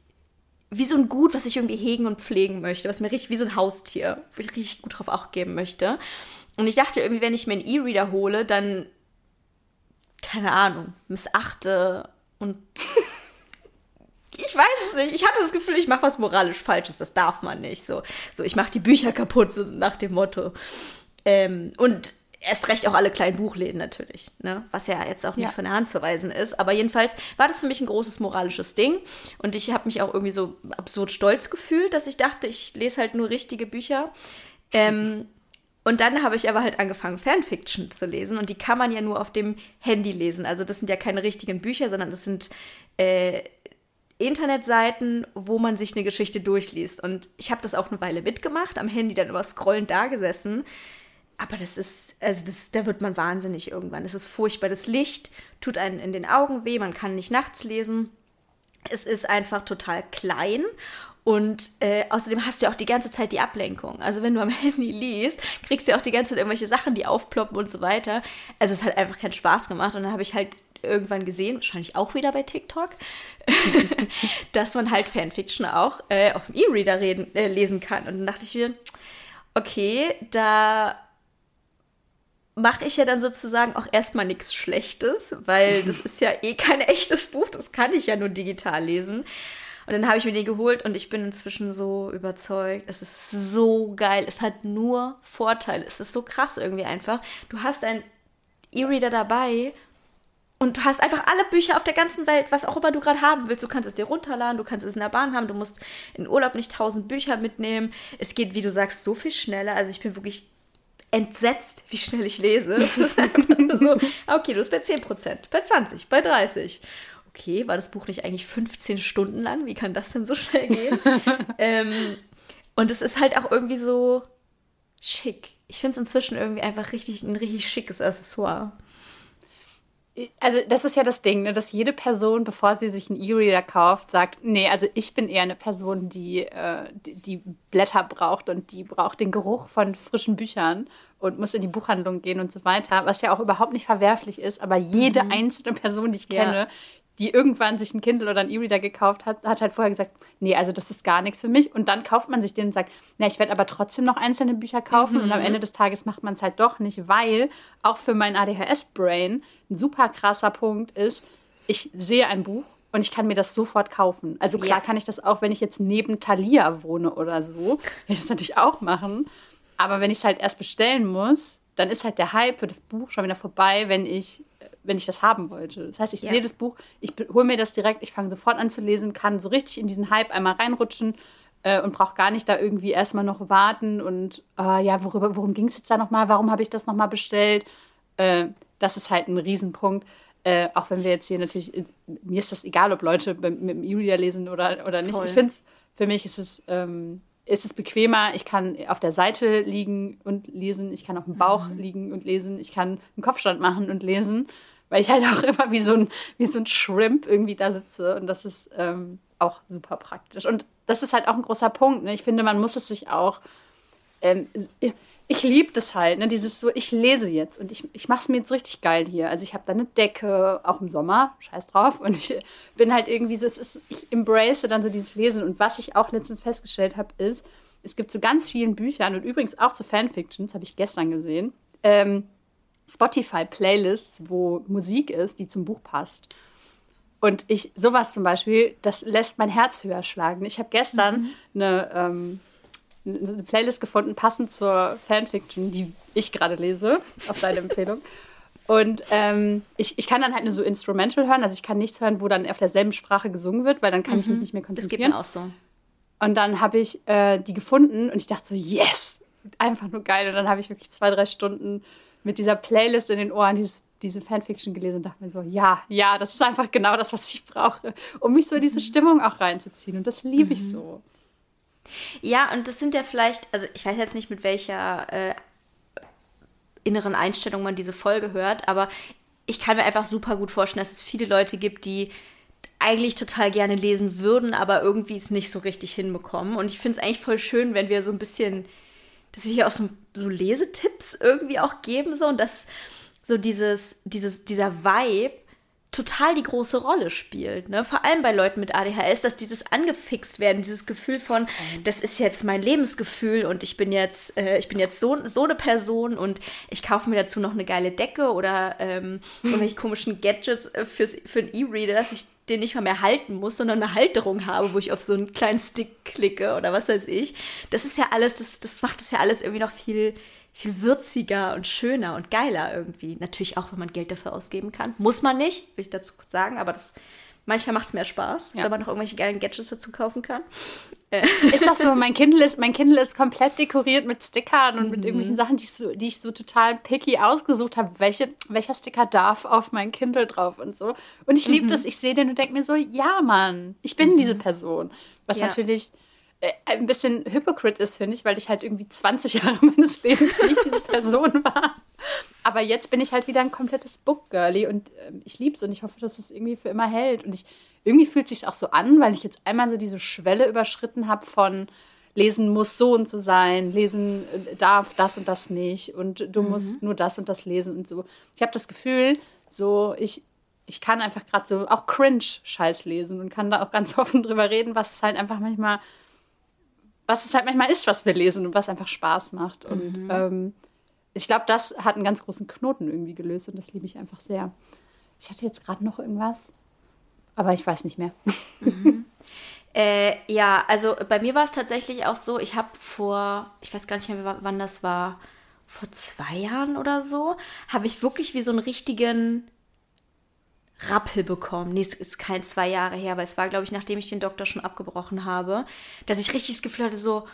wie so ein Gut, was ich irgendwie hegen und pflegen möchte, was mir richtig wie so ein Haustier, wo ich richtig gut drauf Acht geben möchte. Und ich dachte irgendwie, wenn ich mir einen E-Reader hole, dann, keine Ahnung, missachte und ich weiß es nicht. Ich hatte das Gefühl, ich mache was moralisch Falsches. Das darf man nicht. So, so ich mache die Bücher kaputt, so nach dem Motto. Ähm, und erst recht auch alle kleinen Buchläden natürlich, ne? Was ja jetzt auch nicht ja. von der Hand zu weisen ist. Aber jedenfalls war das für mich ein großes moralisches Ding. Und ich habe mich auch irgendwie so absurd stolz gefühlt, dass ich dachte, ich lese halt nur richtige Bücher. Ähm, und dann habe ich aber halt angefangen, Fanfiction zu lesen. Und die kann man ja nur auf dem Handy lesen. Also das sind ja keine richtigen Bücher, sondern das sind äh, Internetseiten, wo man sich eine Geschichte durchliest. Und ich habe das auch eine Weile mitgemacht, am Handy dann immer scrollend da gesessen. Aber das ist, also das, da wird man wahnsinnig irgendwann. Es ist furchtbar. Das Licht tut einen in den Augen weh, man kann nicht nachts lesen. Es ist einfach total klein. Und äh, außerdem hast du ja auch die ganze Zeit die Ablenkung. Also wenn du am Handy liest, kriegst du ja auch die ganze Zeit irgendwelche Sachen, die aufploppen und so weiter. Also es hat einfach keinen Spaß gemacht. Und dann habe ich halt irgendwann gesehen, wahrscheinlich auch wieder bei TikTok, dass man halt Fanfiction auch äh, auf dem E-Reader reden, äh, lesen kann. Und dann dachte ich mir, okay, da mache ich ja dann sozusagen auch erstmal nichts Schlechtes, weil das ist ja eh kein echtes Buch, das kann ich ja nur digital lesen. Und dann habe ich mir den geholt und ich bin inzwischen so überzeugt. Es ist so geil. Es hat nur Vorteile. Es ist so krass irgendwie einfach. Du hast einen E-Reader dabei und du hast einfach alle Bücher auf der ganzen Welt, was auch immer du gerade haben willst. Du kannst es dir runterladen, du kannst es in der Bahn haben. Du musst in Urlaub nicht tausend Bücher mitnehmen. Es geht, wie du sagst, so viel schneller. Also ich bin wirklich entsetzt, wie schnell ich lese. Es ist einfach nur so, okay, du bist bei zehn Prozent, bei zwanzig, bei dreißig. Okay, war das Buch nicht eigentlich fünfzehn Stunden lang? Wie kann das denn so schnell gehen? ähm, und es ist halt auch irgendwie so schick. Ich finde es inzwischen irgendwie einfach richtig ein richtig schickes Accessoire. Also das ist ja das Ding, ne, dass jede Person, bevor sie sich einen E-Reader kauft, sagt, nee, also ich bin eher eine Person, die, äh, die, die Blätter braucht und die braucht den Geruch von frischen Büchern und muss in die Buchhandlung gehen und so weiter, was ja auch überhaupt nicht verwerflich ist, aber jede mhm. einzelne Person, die ich kenne, ja. die irgendwann sich ein Kindle oder ein E-Reader gekauft hat, hat halt vorher gesagt, nee, also das ist gar nichts für mich. Und dann kauft man sich den und sagt, na, ich werde aber trotzdem noch einzelne Bücher kaufen. Mhm. Und am Ende des Tages macht man es halt doch nicht, weil auch für mein A D H S-Brain ein super krasser Punkt ist, ich sehe ein Buch und ich kann mir das sofort kaufen. Also klar ja. kann ich das auch, wenn ich jetzt neben Thalia wohne oder so, kann ich das natürlich auch machen. Aber wenn ich es halt erst bestellen muss, dann ist halt der Hype für das Buch schon wieder vorbei, wenn ich wenn ich das haben wollte. Das heißt, ich ja. sehe das Buch, ich hole mir das direkt, ich fange sofort an zu lesen, kann so richtig in diesen Hype einmal reinrutschen äh, und brauche gar nicht da irgendwie erstmal noch warten und äh, ja, worüber, worum ging es jetzt da nochmal, warum habe ich das nochmal bestellt? Äh, das ist halt ein Riesenpunkt. Äh, auch wenn wir jetzt hier natürlich, mir ist das egal, ob Leute mit, mit dem E-Reader lesen oder, oder nicht. Voll. Ich finde es, für mich ist es, ähm, ist es bequemer, ich kann auf der Seite liegen und lesen, ich kann auf dem Bauch mhm. liegen und lesen, ich kann einen Kopfstand machen und lesen, weil ich halt auch immer wie so ein, wie so ein Shrimp irgendwie da sitze. Und das ist ähm, auch super praktisch. Und das ist halt auch ein großer Punkt. Ne? Ich finde, man muss es sich auch... Ähm, ich liebe das halt, ne? Dieses so, ich lese jetzt und ich, ich mache es mir jetzt richtig geil hier. Also ich habe da eine Decke, auch im Sommer, scheiß drauf. Und ich bin halt irgendwie so, es ist, ich embrace dann so dieses Lesen. Und was ich auch letztens festgestellt habe, ist, es gibt zu ganz vielen Büchern und übrigens auch zu Fanfictions, habe ich gestern gesehen, ähm, Spotify-Playlists, wo Musik ist, die zum Buch passt. Und ich, sowas zum Beispiel, das lässt mein Herz höher schlagen. Ich habe gestern mhm. eine, ähm, eine Playlist gefunden, passend zur Fanfiction, die ich gerade lese, auf deine Empfehlung. Und ähm, ich, ich kann dann halt nur so Instrumental hören, also ich kann nichts hören, wo dann auf derselben Sprache gesungen wird, weil dann kann mhm. ich mich nicht mehr konzentrieren. Das geht mir auch so. Und dann habe ich äh, die gefunden und ich dachte so, yes, einfach nur geil. Und dann habe ich wirklich zwei, drei Stunden mit dieser Playlist in den Ohren dieses, diese Fanfiction gelesen und dachte mir so, ja, ja, das ist einfach genau das, was ich brauche, um mich so in diese Stimmung auch reinzuziehen. Und das liebe ich so. Ja, und das sind ja vielleicht, also ich weiß jetzt nicht, mit welcher äh, inneren Einstellung man diese Folge hört, aber ich kann mir einfach super gut vorstellen, dass es viele Leute gibt, die eigentlich total gerne lesen würden, aber irgendwie es nicht so richtig hinbekommen. Und ich finde es eigentlich voll schön, wenn wir so ein bisschen, dass wir hier auch so, so Lesetipps irgendwie auch geben, so, und dass so dieses, dieses, dieser Vibe total die große Rolle spielt, ne? Vor allem bei Leuten mit A D H S, dass dieses angefixt werden, dieses Gefühl von, das ist jetzt mein Lebensgefühl und ich bin jetzt, äh, ich bin jetzt so, so eine Person und ich kaufe mir dazu noch eine geile Decke oder ähm, irgendwelche komischen Gadgets fürs, für einen E-Reader, dass ich den nicht mal mehr halten muss, sondern eine Halterung habe, wo ich auf so einen kleinen Stick klicke oder was weiß ich. Das ist ja alles, das, das macht das ja alles irgendwie noch viel viel würziger und schöner und geiler irgendwie. Natürlich auch, wenn man Geld dafür ausgeben kann. Muss man nicht, will ich dazu kurz sagen, aber das Manchmal macht es mehr Spaß, ja. wenn man noch irgendwelche geilen Gadgets dazu kaufen kann. Ist auch so, mein Kindle ist, mein Kindle ist komplett dekoriert mit Stickern und mhm. mit irgendwelchen Sachen, die ich so, die ich so total picky ausgesucht habe. Welche, welcher Sticker darf auf mein Kindle drauf und so. Und ich liebe mhm. das, ich sehe den und denke mir so, ja, Mann, ich bin mhm. diese Person. Was ja. natürlich äh, ein bisschen hypocrite ist, finde ich, weil ich halt irgendwie zwanzig Jahre meines Lebens nicht diese Person war. Aber jetzt bin ich halt wieder ein komplettes Book-Girlie und äh, ich liebe es und ich hoffe, dass es irgendwie für immer hält. Und ich irgendwie fühlt es sich auch so an, weil ich jetzt einmal so diese Schwelle überschritten habe von lesen muss so und so sein, lesen darf das und das nicht und du mhm. musst nur das und das lesen und so. Ich habe das Gefühl, so ich, ich kann einfach gerade so auch Cringe-Scheiß lesen und kann da auch ganz offen drüber reden, was es halt einfach manchmal, was es halt manchmal ist, was wir lesen und was einfach Spaß macht. Und mhm. ähm, ich glaube, das hat einen ganz großen Knoten irgendwie gelöst und das liebe ich einfach sehr. Ich hatte jetzt gerade noch irgendwas, aber ich weiß nicht mehr. Mhm. Äh, ja, also bei mir war es tatsächlich auch so, ich habe vor, ich weiß gar nicht mehr, wann das war, vor zwei Jahren oder so, habe ich wirklich wie so einen richtigen Rappel bekommen. Nee, es ist kein zwei Jahre her, aber es war, glaube ich, nachdem ich den Doktor schon abgebrochen habe, dass ich richtig das Gefühl hatte, so,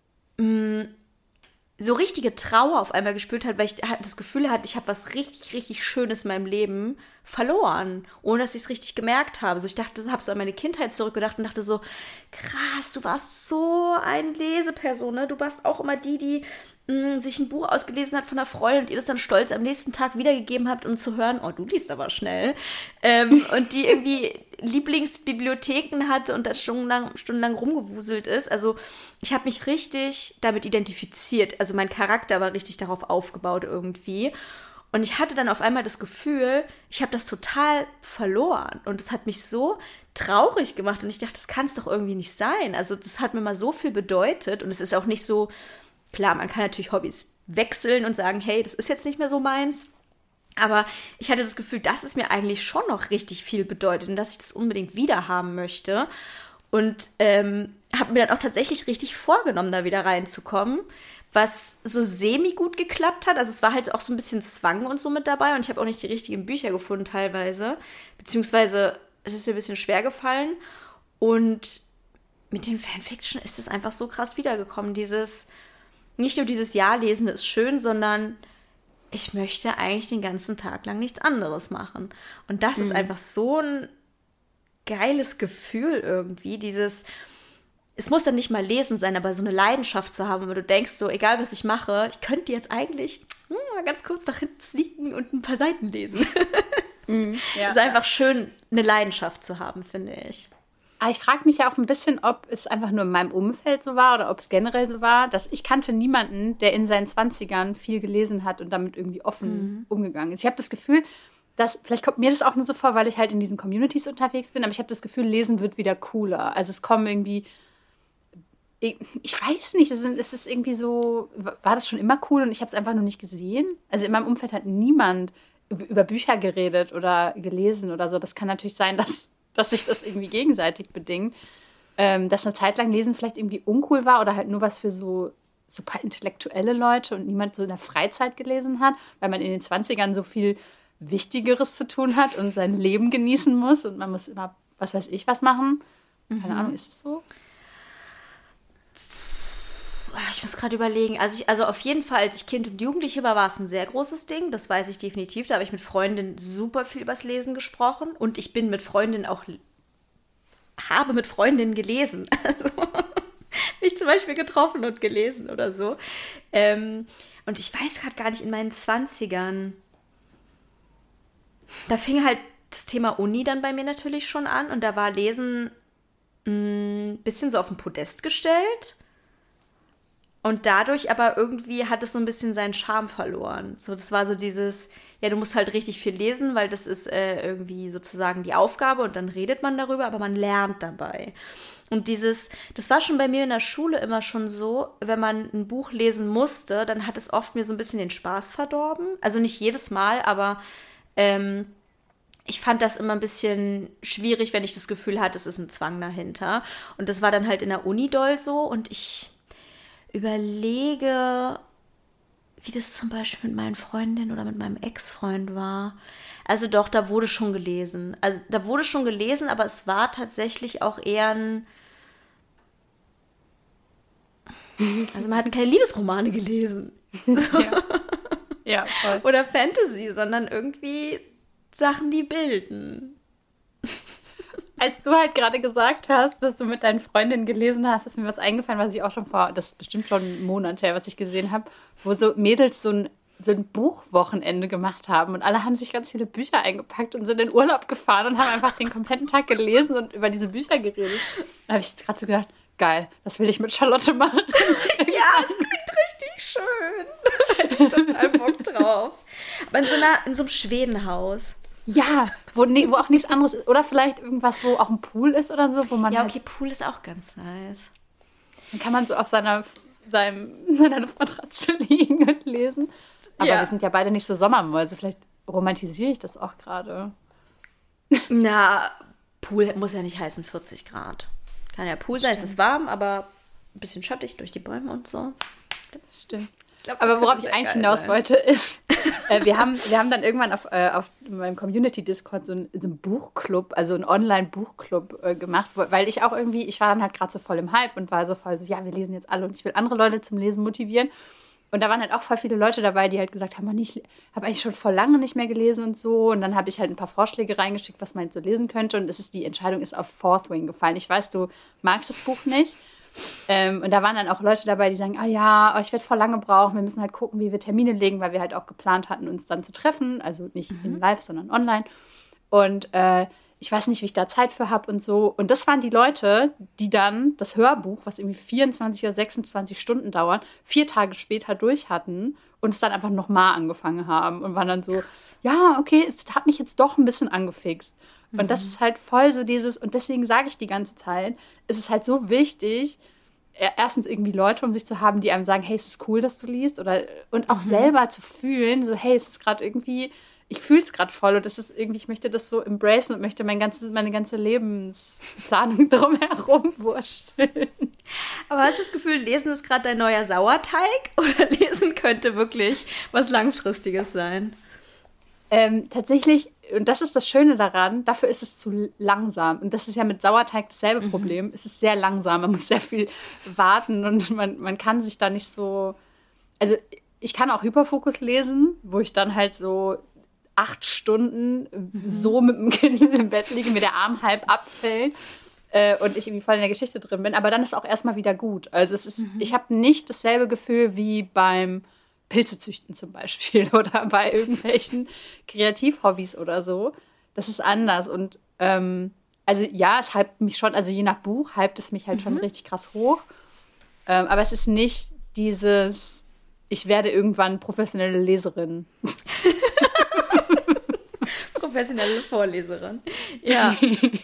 mh, so richtige Trauer auf einmal gespürt hat, weil ich das Gefühl hatte, ich habe was richtig, richtig Schönes in meinem Leben verloren, ohne dass ich es richtig gemerkt habe. So, ich dachte, habe so an meine Kindheit zurückgedacht und dachte so, krass, du warst so eine Leseperson, ne? Du warst auch immer die, die mh, sich ein Buch ausgelesen hat von einer Freundin und ihr das dann stolz am nächsten Tag wiedergegeben habt, um zu hören, oh, du liest aber schnell. Ähm, und die irgendwie Lieblingsbibliotheken hatte und da stundenlang, stundenlang rumgewuselt ist. Also ich habe mich richtig damit identifiziert. Also mein Charakter war richtig darauf aufgebaut irgendwie. Und ich hatte dann auf einmal das Gefühl, ich habe das total verloren. Und es hat mich so traurig gemacht. Und ich dachte, das kann es doch irgendwie nicht sein. Also das hat mir mal so viel bedeutet. Und es ist auch nicht so, klar, man kann natürlich Hobbys wechseln und sagen, hey, das ist jetzt nicht mehr so meins. Aber ich hatte das Gefühl, dass es mir eigentlich schon noch richtig viel bedeutet und dass ich das unbedingt wieder haben möchte. Und ähm, habe mir dann auch tatsächlich richtig vorgenommen, da wieder reinzukommen, was so semi-gut geklappt hat. Also es war halt auch so ein bisschen Zwang und so mit dabei und ich habe auch nicht die richtigen Bücher gefunden teilweise. Beziehungsweise es ist mir ein bisschen schwer gefallen. Und mit den Fanfiction ist es einfach so krass wiedergekommen. Dieses, nicht nur dieses Ja-Lesen ist schön, sondern ich möchte eigentlich den ganzen Tag lang nichts anderes machen. Und das mhm. ist einfach so ein geiles Gefühl irgendwie, dieses, es muss dann nicht mal lesen sein, aber so eine Leidenschaft zu haben, wo du denkst so, egal was ich mache, ich könnte jetzt eigentlich hm, mal ganz kurz nach hinten sneaken und ein paar Seiten lesen. Mhm, ja. Es ist einfach schön, eine Leidenschaft zu haben, finde ich. Aber ich frage mich ja auch ein bisschen, ob es einfach nur in meinem Umfeld so war oder ob es generell so war, dass ich kannte niemanden, der in seinen zwanzigern viel gelesen hat und damit irgendwie offen mhm. umgegangen ist. Ich habe das Gefühl, dass, vielleicht kommt mir das auch nur so vor, weil ich halt in diesen Communities unterwegs bin, aber ich habe das Gefühl, Lesen wird wieder cooler. Also es kommen irgendwie, ich, ich weiß nicht, es ist, es ist irgendwie so, war das schon immer cool und ich habe es einfach nur nicht gesehen? Also in meinem Umfeld hat niemand über Bücher geredet oder gelesen oder so, aber es kann natürlich sein, dass dass sich das irgendwie gegenseitig bedingt, ähm, dass eine Zeit lang Lesen vielleicht irgendwie uncool war oder halt nur was für so super intellektuelle Leute und niemand so in der Freizeit gelesen hat, weil man in den zwanzigern so viel Wichtigeres zu tun hat und sein Leben genießen muss und man muss immer, was weiß ich, was machen. Keine mhm. Ahnung, ist es so? Ich muss gerade überlegen. Also, ich, also auf jeden Fall, als ich Kind und Jugendliche war, war es ein sehr großes Ding. Das weiß ich definitiv. Da habe ich mit Freundinnen super viel übers Lesen gesprochen. Und ich bin mit Freundinnen auch, habe mit Freundinnen gelesen. Also mich zum Beispiel getroffen und gelesen oder so. Ähm, und ich weiß gerade gar nicht, in meinen zwanzigern, da fing halt das Thema Uni dann bei mir natürlich schon an. Und da war Lesen ein bisschen so auf den Podest gestellt. Und dadurch aber irgendwie hat es so ein bisschen seinen Charme verloren. So, das war so dieses, ja, du musst halt richtig viel lesen, weil das ist äh, irgendwie sozusagen die Aufgabe und dann redet man darüber, aber man lernt dabei. Und dieses, das war schon bei mir in der Schule immer schon so, wenn man ein Buch lesen musste, dann hat es oft mir so ein bisschen den Spaß verdorben. Also nicht jedes Mal, aber ähm, ich fand das immer ein bisschen schwierig, wenn ich das Gefühl hatte, es ist ein Zwang dahinter. Und das war dann halt in der Uni doll so und ich überlege wie das zum Beispiel mit meinen Freundinnen oder mit meinem Ex-Freund war. Also doch, da wurde schon gelesen. Also da wurde schon gelesen, aber es war tatsächlich auch eher ein... Also man hat keine Liebesromane gelesen. Ja, ja, voll. Oder Fantasy, sondern irgendwie Sachen, die bilden. Als du halt gerade gesagt hast, dass du mit deinen Freundinnen gelesen hast, ist mir was eingefallen, was ich auch schon vor, das ist bestimmt schon ein Monat her, was ich gesehen habe, wo so Mädels so ein, so ein Buchwochenende gemacht haben und alle haben sich ganz viele Bücher eingepackt und sind in Urlaub gefahren und haben einfach den kompletten Tag gelesen und über diese Bücher geredet. Da habe ich jetzt gerade so gedacht, geil, das will ich mit Charlotte machen. Ja, es klingt richtig schön. Da hätte ich total Bock drauf. Aber in so, einer, in so einem Schwedenhaus. Ja, wo, ne, wo auch nichts anderes ist. Oder vielleicht irgendwas, wo auch ein Pool ist oder so, wo man. Ja, halt, okay, Pool ist auch ganz nice. Dann kann man so auf seiner, seinem, seiner Matratze liegen und lesen. Aber Ja. wir sind ja beide nicht so Sommermäuse. Vielleicht romantisiere ich das auch gerade. Na, Pool muss ja nicht heißen vierzig Grad. Kann ja Pool sein, es ist warm, aber ein bisschen schattig durch die Bäume und so. Das stimmt. Ich glaub, das Aber worauf könnte ich sehr eigentlich geil hinaus sein. wollte, ist, äh, wir, haben, wir haben dann irgendwann auf, äh, auf meinem Community-Discord so einen, so einen Buchclub, also einen Online-Buchclub äh, gemacht, wo, weil ich auch irgendwie, ich war dann halt gerade so voll im Hype und war so voll so, ja, wir lesen jetzt alle und ich will andere Leute zum Lesen motivieren. Und da waren halt auch voll viele Leute dabei, die halt gesagt haben, Mann, ich habe eigentlich schon voll lange nicht mehr gelesen und so. Und dann habe ich halt ein paar Vorschläge reingeschickt, was man jetzt so lesen könnte. Und es ist, die Entscheidung ist auf Fourth Wing gefallen. Ich weiß, du magst das Buch nicht. Ähm, und da waren dann auch Leute dabei, die sagen, ah ja, oh, ich werde voll lange brauchen. Wir müssen halt gucken, wie wir Termine legen, weil wir halt auch geplant hatten, uns dann zu treffen. Also nicht in live, sondern online. Und äh, ich weiß nicht, wie ich da Zeit für habe und so. Und das waren die Leute, die dann das Hörbuch, was irgendwie vierundzwanzig oder sechsundzwanzig Stunden dauert, vier Tage später durch hatten und es dann einfach nochmal angefangen haben. Und waren dann so, Krass. ja, okay, es hat mich jetzt doch ein bisschen angefixt. Und das ist halt voll so dieses, und deswegen sage ich die ganze Zeit, es ist halt so wichtig, e- erstens irgendwie Leute um sich zu haben, die einem sagen, hey, es ist cool, dass du liest. Oder, und auch selber zu fühlen, so, hey, es ist gerade irgendwie, ich fühle es gerade voll und das ist irgendwie, ich möchte das so embracen und möchte mein ganzes, meine ganze Lebensplanung drumherum wursteln. Aber hast du das Gefühl, Lesen ist gerade dein neuer Sauerteig? Oder Lesen könnte wirklich was Langfristiges sein? Ähm, tatsächlich, und das ist das Schöne daran, dafür ist es zu langsam. Und das ist ja mit Sauerteig dasselbe Problem. Es ist sehr langsam, man muss sehr viel warten und man, man kann sich da nicht so... Also ich kann auch Hyperfokus lesen, wo ich dann halt so acht Stunden so mit dem Kind im Bett liege, mir der Arm halb abfällt äh, und ich irgendwie voll in der Geschichte drin bin. Aber dann ist auch erstmal wieder gut. Also es ist, ich habe nicht dasselbe Gefühl wie beim Pilze züchten zum Beispiel oder bei irgendwelchen Kreativhobbys oder so. Das ist anders. Und ähm, also ja, es hypt mich schon, also je nach Buch hypt es mich halt schon richtig krass hoch. Ähm, aber es ist nicht dieses, ich werde irgendwann professionelle Leserin. Professionelle Vorleserin. Ja.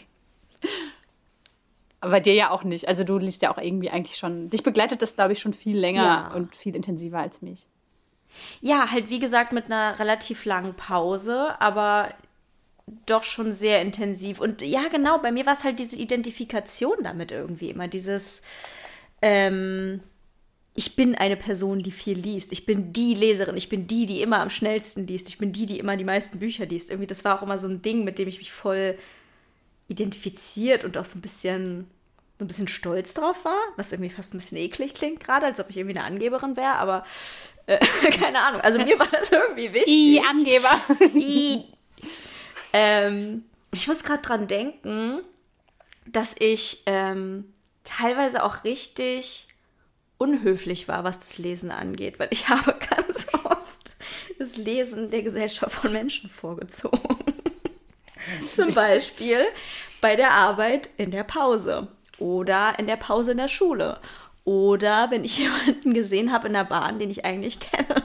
Aber bei dir ja auch nicht. Also du liest ja auch irgendwie eigentlich schon, dich begleitet das, glaube ich, schon viel länger Ja. und viel intensiver als mich. Ja, halt wie gesagt mit einer relativ langen Pause, aber doch schon sehr intensiv. Und ja, genau, bei mir war es halt diese Identifikation damit irgendwie immer. Dieses, ähm, ich bin eine Person, die viel liest. Ich bin die Leserin. Ich bin die, die immer am schnellsten liest. Ich bin die, die immer die meisten Bücher liest. Irgendwie, das war auch immer so ein Ding, mit dem ich mich voll identifiziert und auch so ein bisschen, so ein bisschen stolz drauf war, was irgendwie fast ein bisschen eklig klingt gerade, als ob ich irgendwie eine Angeberin wäre, aber äh, keine Ahnung. Also mir war das irgendwie wichtig. Die Angeber. I. ähm, ich muss gerade dran denken, dass ich ähm, teilweise auch richtig unhöflich war, was das Lesen angeht, weil ich habe ganz oft das Lesen der Gesellschaft von Menschen vorgezogen. Zum Beispiel bei der Arbeit in der Pause oder in der Pause in der Schule oder wenn ich jemanden gesehen habe in der Bahn, den ich eigentlich kenne.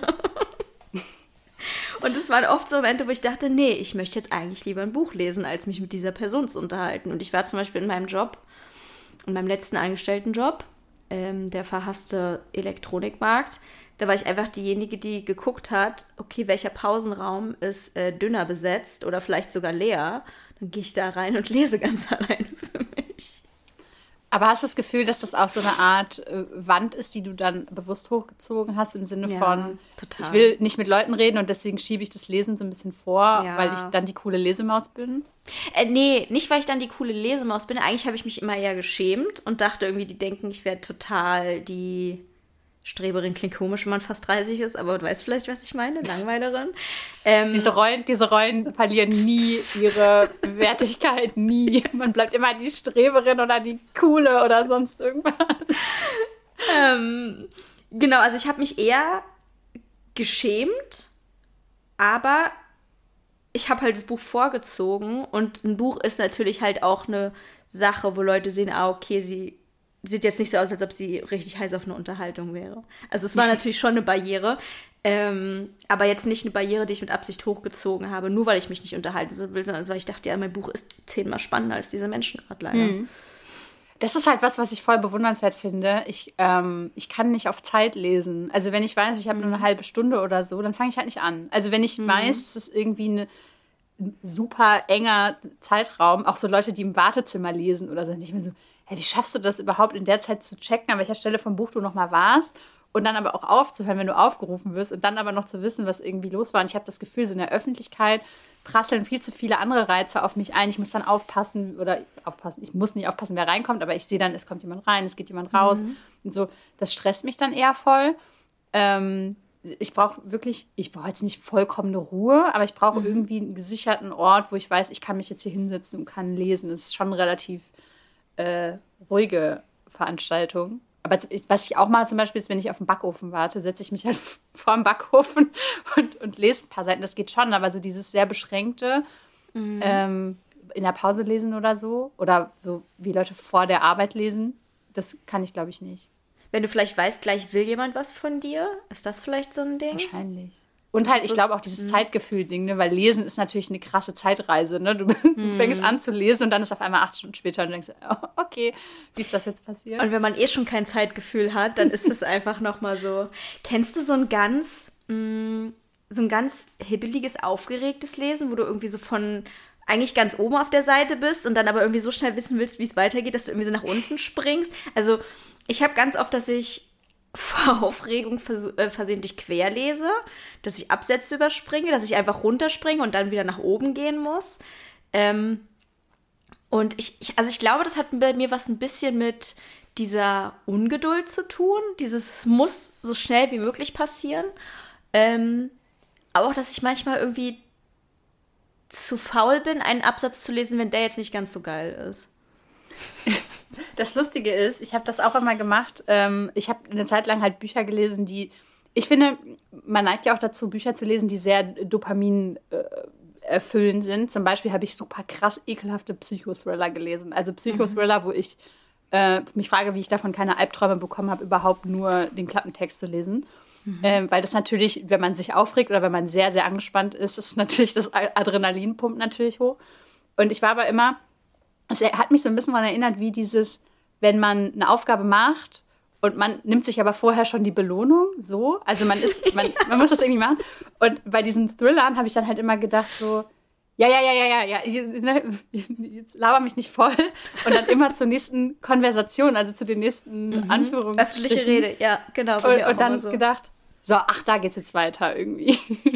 Und es waren oft so Momente, wo ich dachte, nee, ich möchte jetzt eigentlich lieber ein Buch lesen, als mich mit dieser Person zu unterhalten. Und ich war zum Beispiel in meinem Job, in meinem letzten Angestelltenjob, ähm, der verhasste Elektronikmarkt, da war ich einfach diejenige, die geguckt hat, okay, welcher Pausenraum ist äh, dünner besetzt oder vielleicht sogar leer. Dann gehe ich da rein und lese ganz allein für mich. Aber hast du das Gefühl, dass das auch so eine Art äh, Wand ist, die du dann bewusst hochgezogen hast, im Sinne Ja, von, total. ich will nicht mit Leuten reden und deswegen schiebe ich das Lesen so ein bisschen vor, Ja. weil ich dann die coole Lesemaus bin? Äh, nee, nicht, weil ich dann die coole Lesemaus bin. Eigentlich habe ich mich immer eher geschämt und dachte irgendwie, die denken, ich wäre total die Streberin. Klingt komisch, wenn man fast dreißig ist, aber du weißt vielleicht, was ich meine. Langweilerin. Ähm, Diese Rollen, diese Rollen verlieren nie ihre Wertigkeit, nie. Man bleibt immer die Streberin oder die Coole oder sonst irgendwas. ähm, genau, also ich habe mich eher geschämt, aber ich habe halt das Buch vorgezogen und ein Buch ist natürlich halt auch eine Sache, wo Leute sehen, ah, okay, sie sieht jetzt nicht so aus, als ob sie richtig heiß auf eine Unterhaltung wäre. Also es war natürlich schon eine Barriere, ähm, aber jetzt nicht eine Barriere, die ich mit Absicht hochgezogen habe, nur weil ich mich nicht unterhalten will, sondern weil ich dachte, ja, mein Buch ist zehnmal spannender als diese Menschen gerade leider. Mhm. Das ist halt was, was ich voll bewundernswert finde. Ich, ähm, ich kann nicht auf Zeit lesen. Also wenn ich weiß, ich habe nur eine halbe Stunde oder so, dann fange ich halt nicht an. Also wenn ich mhm. weiß, es ist irgendwie eine, ein super enger Zeitraum, auch so Leute, die im Wartezimmer lesen oder so, nicht mehr so, hey, wie schaffst du das überhaupt in der Zeit zu checken, an welcher Stelle vom Buch du nochmal warst und dann aber auch aufzuhören, wenn du aufgerufen wirst und dann aber noch zu wissen, was irgendwie los war. Und ich habe das Gefühl, so in der Öffentlichkeit prasseln viel zu viele andere Reize auf mich ein. Ich muss dann aufpassen oder aufpassen, ich muss nicht aufpassen, wer reinkommt, aber ich sehe dann, es kommt jemand rein, es geht jemand raus mhm. und so. Das stresst mich dann eher voll. Ähm, ich brauche wirklich, ich brauche jetzt nicht vollkommene Ruhe, aber ich brauche mhm. irgendwie einen gesicherten Ort, wo ich weiß, ich kann mich jetzt hier hinsetzen und kann lesen. Das ist schon relativ äh, ruhige Veranstaltung. Aber was ich auch mal zum Beispiel ist, wenn ich auf den Backofen warte, setze ich mich halt vor dem Backofen und, und lese ein paar Seiten. Das geht schon, aber so dieses sehr beschränkte mhm. ähm, in der Pause lesen oder so oder so wie Leute vor der Arbeit lesen, das kann ich, glaube ich, nicht. Wenn du vielleicht weißt, gleich will jemand was von dir, ist das vielleicht so ein Ding? Wahrscheinlich. Und halt, ich glaube auch dieses Zeitgefühl-Ding, ne? Weil Lesen ist natürlich eine krasse Zeitreise. Ne? Du, du mm. fängst an zu lesen und dann ist auf einmal acht Stunden später und du denkst, oh, okay, wie ist das jetzt passiert? Und wenn man eh schon kein Zeitgefühl hat, dann ist es einfach nochmal so. Kennst du so ein ganz, mh, so ein ganz hibbeliges, aufgeregtes Lesen, wo du irgendwie so von eigentlich ganz oben auf der Seite bist und dann aber irgendwie so schnell wissen willst, wie es weitergeht, dass du irgendwie so nach unten springst? Also ich habe ganz oft, dass ich vor Aufregung vers- äh, versehentlich querlese, dass ich Absätze überspringe, dass ich einfach runterspringe und dann wieder nach oben gehen muss. Ähm, und ich, ich, also ich glaube, das hat bei mir was ein bisschen mit dieser Ungeduld zu tun. Dieses muss so schnell wie möglich passieren. Ähm, aber auch, dass ich manchmal irgendwie zu faul bin, einen Absatz zu lesen, wenn der jetzt nicht ganz so geil ist. Das Lustige ist, ich habe das auch immer gemacht. Ähm, ich habe eine Zeit lang halt Bücher gelesen, die, ich finde, man neigt ja auch dazu, Bücher zu lesen, die sehr Dopamin äh, erfüllend sind. Zum Beispiel habe ich super krass ekelhafte Psychothriller gelesen. Also Psychothriller, mhm. wo ich äh, mich frage, wie ich davon keine Albträume bekommen habe, überhaupt nur den Klappentext zu lesen. Mhm. Ähm, weil das natürlich, wenn man sich aufregt oder wenn man sehr, sehr angespannt ist, ist natürlich das Adrenalin pumpt natürlich hoch. Und ich war aber immer, es hat mich so ein bisschen daran erinnert, wie dieses, wenn man eine Aufgabe macht und man nimmt sich aber vorher schon die Belohnung, so. Also man ist, man, man muss das irgendwie machen. Und bei diesen Thrillern habe ich dann halt immer gedacht so, ja, ja, ja, ja, ja, ja, jetzt laber mich nicht voll. Und dann immer zur nächsten Konversation, also zu den nächsten mhm. Anführungsstrichen. Öffentliche Rede, ja, genau. Und, und dann so. gedacht, so, ach, da geht's jetzt weiter irgendwie.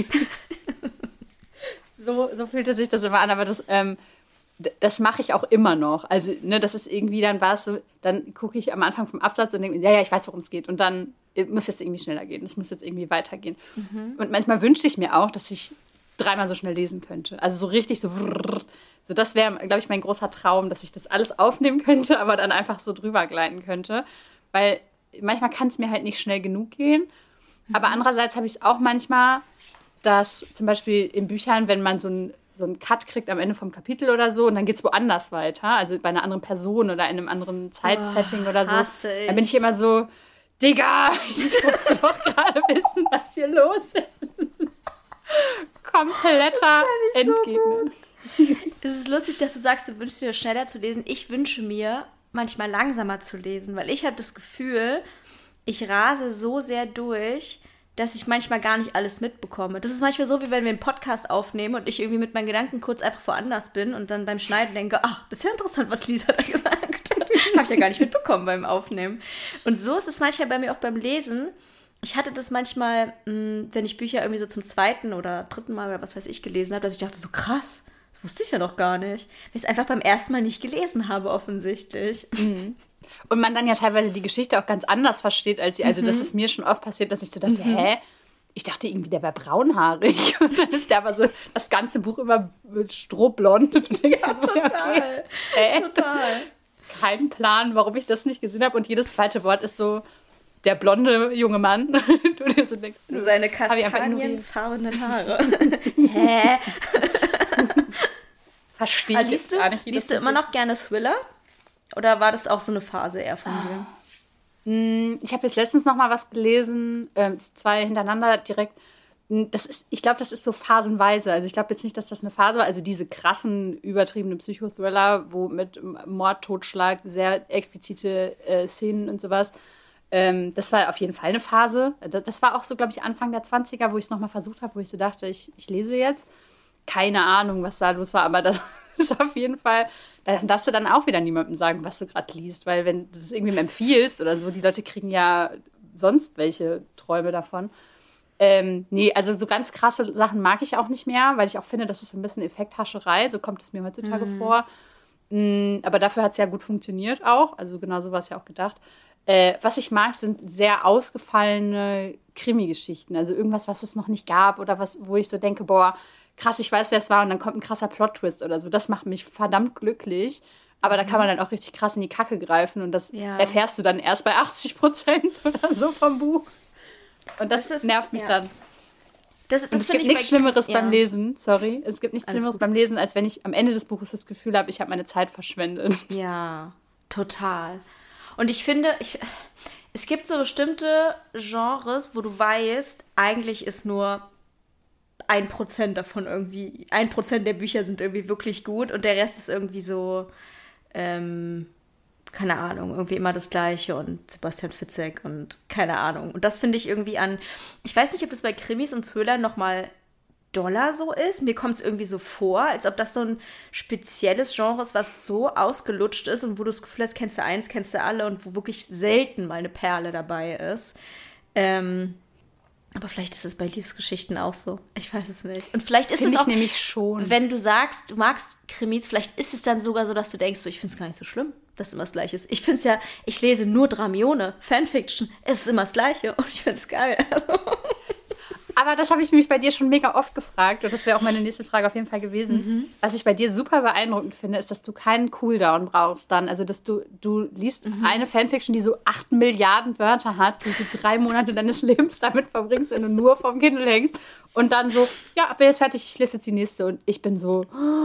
so, so fühlte sich das immer an, aber das, ähm, das mache ich auch immer noch. Also, ne, das ist irgendwie, dann war es so, dann gucke ich am Anfang vom Absatz und denke, ja, ja, ich weiß, worum es geht. Und dann muss jetzt irgendwie schneller gehen. Es muss jetzt irgendwie weitergehen. Mhm. Und manchmal wünschte ich mir auch, dass ich dreimal so schnell lesen könnte. Also so richtig so, so das wäre, glaube ich, mein großer Traum, dass ich das alles aufnehmen könnte, aber dann einfach so drüber gleiten könnte. Weil manchmal kann es mir halt nicht schnell genug gehen. Mhm. Aber andererseits habe ich es auch manchmal, dass zum Beispiel in Büchern, wenn man so ein so einen Cut kriegt am Ende vom Kapitel oder so und dann geht es woanders weiter, also bei einer anderen Person oder in einem anderen Zeitsetting oh, oder so. Hasse ich. Dann bin ich immer so, Digga, ich wollte doch gerade wissen, was hier los ist. Kompletter Endgegner. So es ist lustig, dass du sagst, du wünschst dir schneller zu lesen. Ich wünsche mir, manchmal langsamer zu lesen, weil ich habe das Gefühl, ich rase so sehr durch, dass ich manchmal gar nicht alles mitbekomme. Das ist manchmal so, wie wenn wir einen Podcast aufnehmen und ich irgendwie mit meinen Gedanken kurz einfach woanders bin und dann beim Schneiden denke, ach, das ist ja interessant, was Lisa da gesagt hat. Habe ich ja gar nicht mitbekommen beim Aufnehmen. Und so ist es manchmal bei mir auch beim Lesen. Ich hatte das manchmal, mh, wenn ich Bücher irgendwie so zum zweiten oder dritten Mal oder was weiß ich gelesen habe, dass ich dachte, so krass, das wusste ich ja noch gar nicht. Weil ich es einfach beim ersten Mal nicht gelesen habe, offensichtlich. Mhm. Und man dann ja teilweise die Geschichte auch ganz anders versteht, als sie. Also mhm. das ist mir schon oft passiert, dass ich so dachte, mhm. hä? Ich dachte irgendwie, der wäre braunhaarig. Und dann ist der aber so das ganze Buch immer strohblond. Ja, total. Okay. Total. Kein Plan, warum ich das nicht gesehen habe. Und jedes zweite Wort ist so der blonde junge Mann. Du dir so denkst, seine kastanienfarbenen Haare. Hä? Verstehe ich liest du, gar nicht. Liest du immer noch gerne Thriller? Oder war das auch so eine Phase eher von dir? Ich habe jetzt letztens noch mal was gelesen, äh, zwei hintereinander direkt. Das ist, ich glaube, das ist so phasenweise. Also ich glaube jetzt nicht, dass das eine Phase war. Also diese krassen, übertriebenen Psychothriller, wo mit Mord, Totschlag, sehr explizite äh, Szenen und sowas. Ähm, das war auf jeden Fall eine Phase. Das war auch so, glaube ich, Anfang der zwanziger, wo ich es noch mal versucht habe, wo ich so dachte, ich, ich lese jetzt. Keine Ahnung, was da los war, aber das ist auf jeden Fall... Da darfst du dann auch wieder niemandem sagen, was du gerade liest. Weil wenn du es irgendwem empfiehlst oder so, die Leute kriegen ja sonst welche Träume davon. Ähm, nee, also so ganz krasse Sachen mag ich auch nicht mehr, weil ich auch finde, das ist ein bisschen Effekthascherei. So kommt es mir heutzutage mhm. vor. Mm, aber dafür hat es ja gut funktioniert auch. Also genau so war es ja auch gedacht. Äh, was ich mag, sind sehr ausgefallene Krimi-Geschichten. Also irgendwas, was es noch nicht gab oder was, wo ich so denke, boah, krass, ich weiß, wer es war und dann kommt ein krasser Plot-Twist oder so. Das macht mich verdammt glücklich. Aber da kann man dann auch richtig krass in die Kacke greifen und das ja. erfährst du dann erst bei achtzig Prozent oder so vom Buch. Und das, das ist, nervt mich ja. dann. Das, das es gibt nichts Schlimmeres ja. beim Lesen, sorry. Es gibt nichts Alles Schlimmeres gut. beim Lesen, als wenn ich am Ende des Buches das Gefühl habe, ich habe meine Zeit verschwendet. Ja, total. Und ich finde, ich, es gibt so bestimmte Genres, wo du weißt, eigentlich ist nur ein Prozent davon irgendwie, ein Prozent der Bücher sind irgendwie wirklich gut und der Rest ist irgendwie so, ähm, keine Ahnung, irgendwie immer das Gleiche und Sebastian Fitzek und keine Ahnung. Und das finde ich irgendwie an, ich weiß nicht, ob das bei Krimis und Thrillern nochmal doller so ist. Mir kommt es irgendwie so vor, als ob das so ein spezielles Genre ist, was so ausgelutscht ist und wo du das Gefühl hast, kennst du eins, kennst du alle und wo wirklich selten mal eine Perle dabei ist. Ähm, Aber vielleicht ist es bei Liebesgeschichten auch so. Ich weiß es nicht. Und vielleicht ist Find es auch, nämlich schon. Wenn du sagst, du magst Krimis, vielleicht ist es dann sogar so, dass du denkst, so, ich finde es gar nicht so schlimm, dass es immer das Gleiche ist. Ich finde es ja, ich lese nur Dramione, Fanfiction, es ist immer das Gleiche und ich finde es geil. Also. Aber das habe ich mich bei dir schon mega oft gefragt und das wäre auch meine nächste Frage auf jeden Fall gewesen. Mhm. Was ich bei dir super beeindruckend finde, ist, dass du keinen Cooldown brauchst dann. Also, dass du, du liest mhm. eine Fanfiction, die so acht Milliarden Wörter hat, die du drei Monate deines Lebens damit verbringst, wenn du nur vorm Kindle hängst und dann so, ja, bin jetzt fertig, ich lese jetzt die nächste und ich bin so,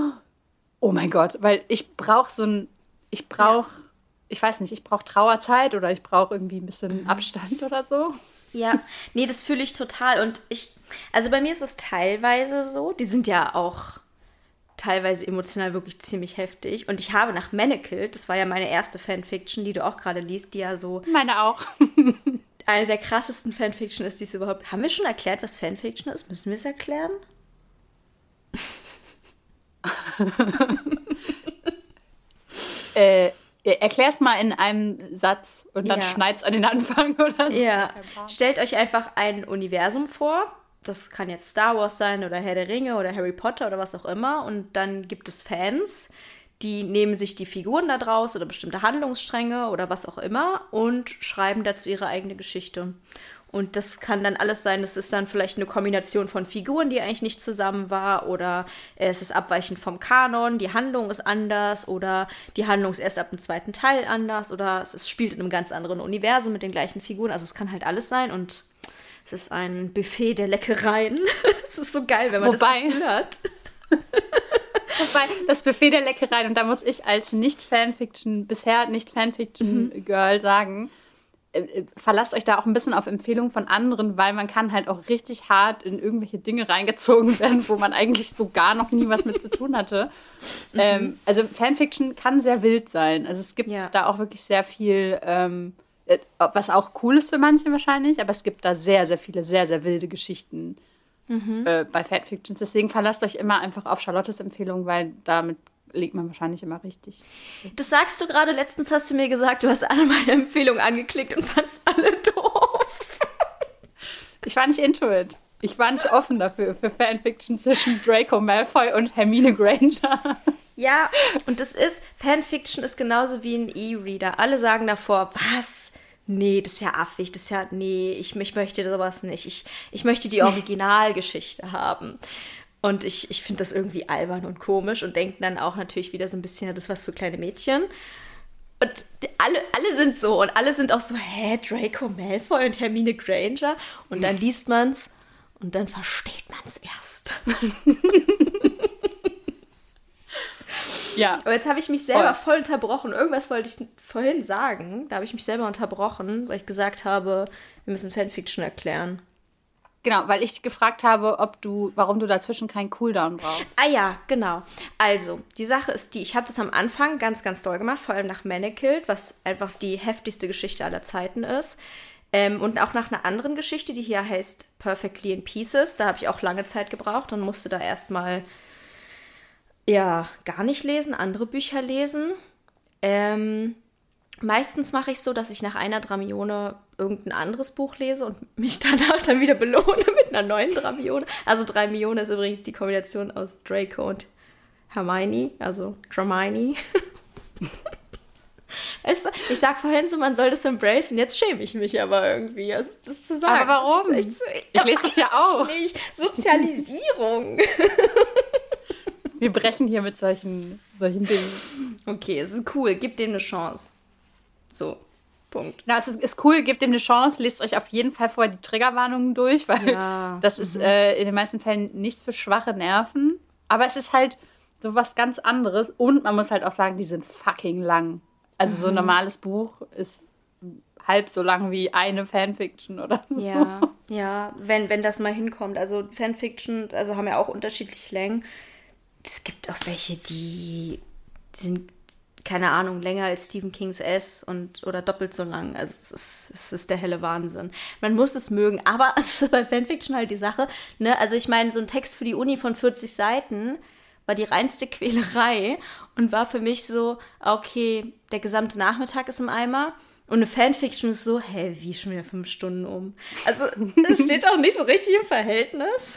oh mein Gott, weil ich brauche so ein, ich brauche, ja. ich weiß nicht, ich brauche Trauerzeit oder ich brauche irgendwie ein bisschen mhm. Abstand oder so. Ja, nee, das fühle ich total. Und ich, also bei mir ist es teilweise so, die sind ja auch teilweise emotional wirklich ziemlich heftig. Und ich habe nach Manacled, das war ja meine erste Fanfiction, die du auch gerade liest, die ja so... Meine auch. eine der krassesten Fanfiction ist, die es überhaupt... Haben wir schon erklärt, was Fanfiction ist? Müssen wir es erklären? äh... Erklär's mal in einem Satz und dann ja. schneid's an den Anfang oder so. Ja, stellt euch einfach ein Universum vor. Das kann jetzt Star Wars sein oder Herr der Ringe oder Harry Potter oder was auch immer. Und dann gibt es Fans, die nehmen sich die Figuren da draus oder bestimmte Handlungsstränge oder was auch immer und schreiben dazu ihre eigene Geschichte. Und das kann dann alles sein, das ist dann vielleicht eine Kombination von Figuren, die eigentlich nicht zusammen war, oder es ist abweichend vom Kanon, die Handlung ist anders, oder die Handlung ist erst ab dem zweiten Teil anders, oder es ist, spielt in einem ganz anderen Universum mit den gleichen Figuren. Also es kann halt alles sein und es ist ein Buffet der Leckereien. Es ist so geil, wenn man Wobei, das Gefühl hat. Wobei, das Buffet der Leckereien, und da muss ich als Nicht-Fanfiction, bisher Nicht-Fanfiction-Girl mhm. sagen, verlasst euch da auch ein bisschen auf Empfehlungen von anderen, weil man kann halt auch richtig hart in irgendwelche Dinge reingezogen werden, wo man eigentlich so gar noch nie was mit zu tun hatte. Mhm. Ähm, also Fanfiction kann sehr wild sein. Also es gibt ja. da auch wirklich sehr viel, ähm, was auch cool ist für manche wahrscheinlich, aber es gibt da sehr, sehr viele, sehr, sehr wilde Geschichten mhm. äh, bei Fanfictions. Deswegen verlasst euch immer einfach auf Charlottes Empfehlung, weil damit liegt man wahrscheinlich immer richtig. Das sagst du gerade. Letztens hast du mir gesagt, du hast alle meine Empfehlungen angeklickt und fandst alle doof. Ich war nicht into it. Ich war nicht offen dafür, für Fanfiction zwischen Draco Malfoy und Hermine Granger. Ja, und das ist, Fanfiction ist genauso wie ein E-Reader. Alle sagen davor, was? Nee, das ist ja affig, das ist ja, nee, ich, ich möchte sowas nicht. Ich, ich möchte die Originalgeschichte haben. Und ich, ich finde das irgendwie albern und komisch und denke dann auch natürlich wieder so ein bisschen, das ist was für kleine Mädchen. Und alle, alle sind so und alle sind auch so, hä, Draco Malfoy und Hermine Granger? Und dann liest man's und dann versteht man's erst. Ja. Aber jetzt habe ich mich selber voll. voll unterbrochen. Irgendwas wollte ich vorhin sagen. Da habe ich mich selber unterbrochen, weil ich gesagt habe, wir müssen Fanfiction erklären. Genau, weil ich gefragt habe, ob du, warum du dazwischen keinen Cooldown brauchst. Ah ja, genau. Also, die Sache ist die, ich habe das am Anfang ganz, ganz doll gemacht, vor allem nach Manacled, was einfach die heftigste Geschichte aller Zeiten ist. Ähm, und auch nach einer anderen Geschichte, die hier heißt Perfectly in Pieces. Da habe ich auch lange Zeit gebraucht und musste da erstmal ja, gar nicht lesen, andere Bücher lesen. Ähm, meistens mache ich so, dass ich nach einer Dramione irgendein anderes Buch lese und mich danach dann wieder belohne mit einer neuen Dramione. Also Dramione ist übrigens die Kombination aus Draco und Hermione, also Dramini. Weißt du, ich sag vorhin so, man soll das embracen, jetzt schäme ich mich aber irgendwie, das, das zu sagen. Aber warum? Das ist echt so, ich ich lese es ja auch. Nicht. Sozialisierung. Wir brechen hier mit solchen, solchen Dingen. Okay, es ist cool. Gib dem eine Chance. So, Punkt. Na, es ist, ist cool, gebt dem eine Chance. Lest euch auf jeden Fall vorher die Triggerwarnungen durch, weil ja. das ist mhm. äh, in den meisten Fällen nichts für schwache Nerven. Aber es ist halt so was ganz anderes. Und man muss halt auch sagen, die sind fucking lang. Also mhm. so ein normales Buch ist halb so lang wie eine Fanfiction oder so. Ja, ja, wenn, wenn das mal hinkommt. Also Fanfiction, also haben ja auch unterschiedliche Längen. Es gibt auch welche, die sind, keine Ahnung, länger als Stephen Kings S und oder doppelt so lang. Also es ist, es ist der helle Wahnsinn. Man muss es mögen, aber es ist bei Fanfiction halt die Sache, ne? Also ich meine, so ein Text für die Uni von vierzig Seiten war die reinste Quälerei und war für mich so, okay, der gesamte Nachmittag ist im Eimer. Und eine Fanfiction ist so, hä, wie, schon wieder fünf Stunden um? Also es steht auch nicht so richtig im Verhältnis.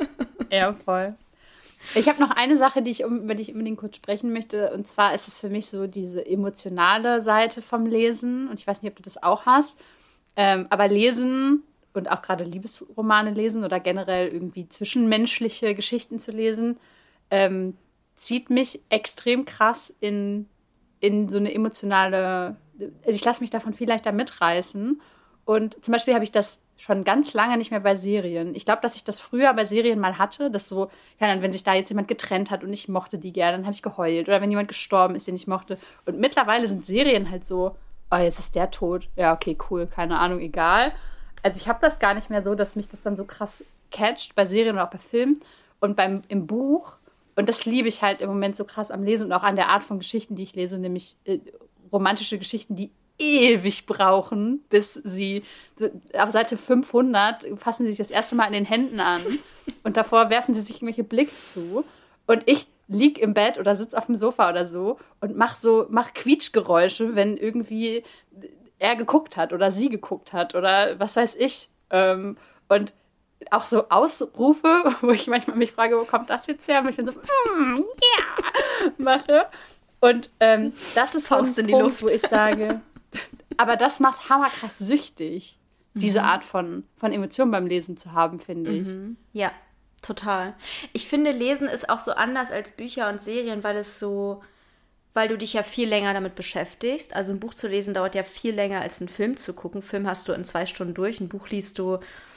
Ja, voll. Ich habe noch eine Sache, die ich, über die ich unbedingt kurz sprechen möchte. Und zwar ist es für mich so diese emotionale Seite vom Lesen. Und ich weiß nicht, ob du das auch hast. Ähm, aber Lesen und auch gerade Liebesromane lesen oder generell irgendwie zwischenmenschliche Geschichten zu lesen, ähm, zieht mich extrem krass in, in so eine emotionale... Also ich lasse mich davon viel leichter mitreißen. Und zum Beispiel habe ich das schon ganz lange nicht mehr bei Serien. Ich glaube, dass ich das früher bei Serien mal hatte, dass so, ja, dann, wenn sich da jetzt jemand getrennt hat und ich mochte die gerne, dann habe ich geheult. Oder wenn jemand gestorben ist, den ich mochte. Und mittlerweile sind Serien halt so, oh, jetzt ist der tot. Ja, okay, cool, keine Ahnung, egal. Also ich habe das gar nicht mehr so, dass mich das dann so krass catcht bei Serien oder auch bei Filmen. Und beim, im Buch, und das liebe ich halt im Moment so krass am Lesen und auch an der Art von Geschichten, die ich lese, nämlich äh, romantische Geschichten, die ewig brauchen, bis sie so, auf Seite fünfhundert fassen sie sich das erste Mal in den Händen an und davor werfen sie sich irgendwelche Blicke zu und ich lieg im Bett oder sitze auf dem Sofa oder so und mach so mach Quietschgeräusche, wenn irgendwie er geguckt hat oder sie geguckt hat oder was weiß ich und auch so Ausrufe, wo ich manchmal mich frage, wo kommt das jetzt her? Und ich bin so, mm, yeah, mache. Und ähm, das ist so ein in die Punkt, Luft. wo ich sage, aber das macht hammerkrass süchtig, diese mhm. Art von, von Emotionen beim Lesen zu haben, finde ich. Mhm. Ja, total. Ich finde, Lesen ist auch so anders als Bücher und Serien, weil es so, weil du dich ja viel länger damit beschäftigst. Also ein Buch zu lesen dauert ja viel länger als einen Film zu gucken. Einen Film hast du in zwei Stunden durch, ein Buch liest du,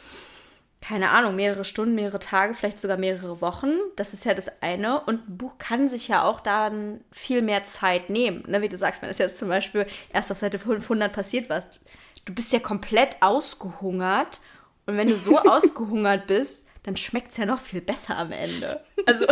keine Ahnung, mehrere Stunden, mehrere Tage, vielleicht sogar mehrere Wochen. Das ist ja das eine. Und ein Buch kann sich ja auch dann viel mehr Zeit nehmen. Ne, wie du sagst, wenn es jetzt zum Beispiel erst auf Seite fünfhundert passiert was, du bist ja komplett ausgehungert. Und wenn du so ausgehungert bist, dann schmeckt es ja noch viel besser am Ende. Also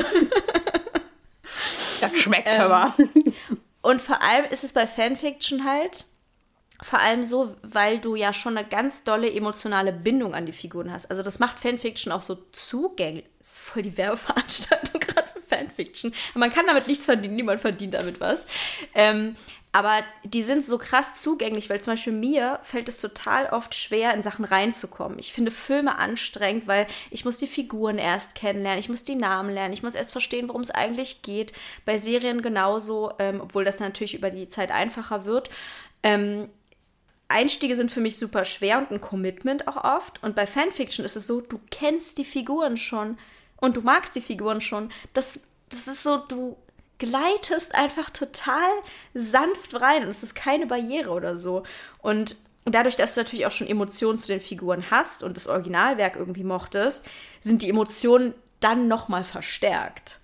das schmeckt ähm, aber. Und vor allem ist es bei Fanfiction halt vor allem so, weil du ja schon eine ganz dolle emotionale Bindung an die Figuren hast. Also das macht Fanfiction auch so zugänglich. Das ist voll die Werbeveranstaltung gerade für Fanfiction. Fanfiction. Man kann damit nichts verdienen, niemand verdient damit was. Ähm, aber die sind so krass zugänglich, weil zum Beispiel mir fällt es total oft schwer, in Sachen reinzukommen. Ich finde Filme anstrengend, weil ich muss die Figuren erst kennenlernen, ich muss die Namen lernen, ich muss erst verstehen, worum es eigentlich geht. Bei Serien genauso, ähm, obwohl das natürlich über die Zeit einfacher wird. Ähm, Einstiege sind für mich super schwer und ein Commitment auch oft. Und bei Fanfiction ist es so, du kennst die Figuren schon und du magst die Figuren schon. Das, das ist so, du gleitest einfach total sanft rein und es ist keine Barriere oder so. Und dadurch, dass du natürlich auch schon Emotionen zu den Figuren hast und das Originalwerk irgendwie mochtest, sind die Emotionen dann nochmal verstärkt.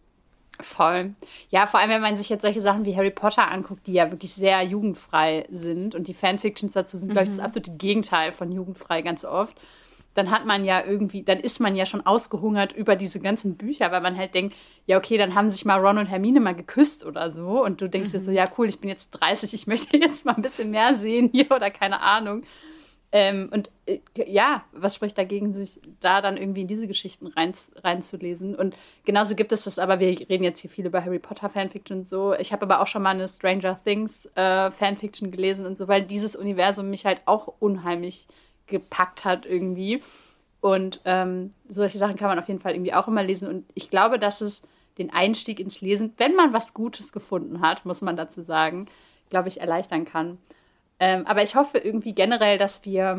Voll. Ja, vor allem, wenn man sich jetzt solche Sachen wie Harry Potter anguckt, die ja wirklich sehr jugendfrei sind und die Fanfictions dazu sind, mhm. glaube ich, das absolute Gegenteil von jugendfrei ganz oft, dann hat man ja irgendwie, dann ist man ja schon ausgehungert über diese ganzen Bücher, weil man halt denkt, ja, okay, dann haben sich mal Ron und Hermine mal geküsst oder so und du denkst mhm. jetzt so, ja, cool, ich bin jetzt dreißig, ich möchte jetzt mal ein bisschen mehr sehen hier oder keine Ahnung. Ähm, und äh, ja, was spricht dagegen, sich da dann irgendwie in diese Geschichten rein, reinzulesen? Und genauso gibt es das, aber wir reden jetzt hier viel über Harry Potter Fanfiction und so. Ich habe aber auch schon mal eine Stranger Things äh, Fanfiction gelesen und so, weil dieses Universum mich halt auch unheimlich gepackt hat irgendwie. Und ähm, solche Sachen kann man auf jeden Fall irgendwie auch immer lesen. Und ich glaube, dass es den Einstieg ins Lesen, wenn man was Gutes gefunden hat, muss man dazu sagen, glaube ich, erleichtern kann. Ähm, aber ich hoffe irgendwie generell, dass wir,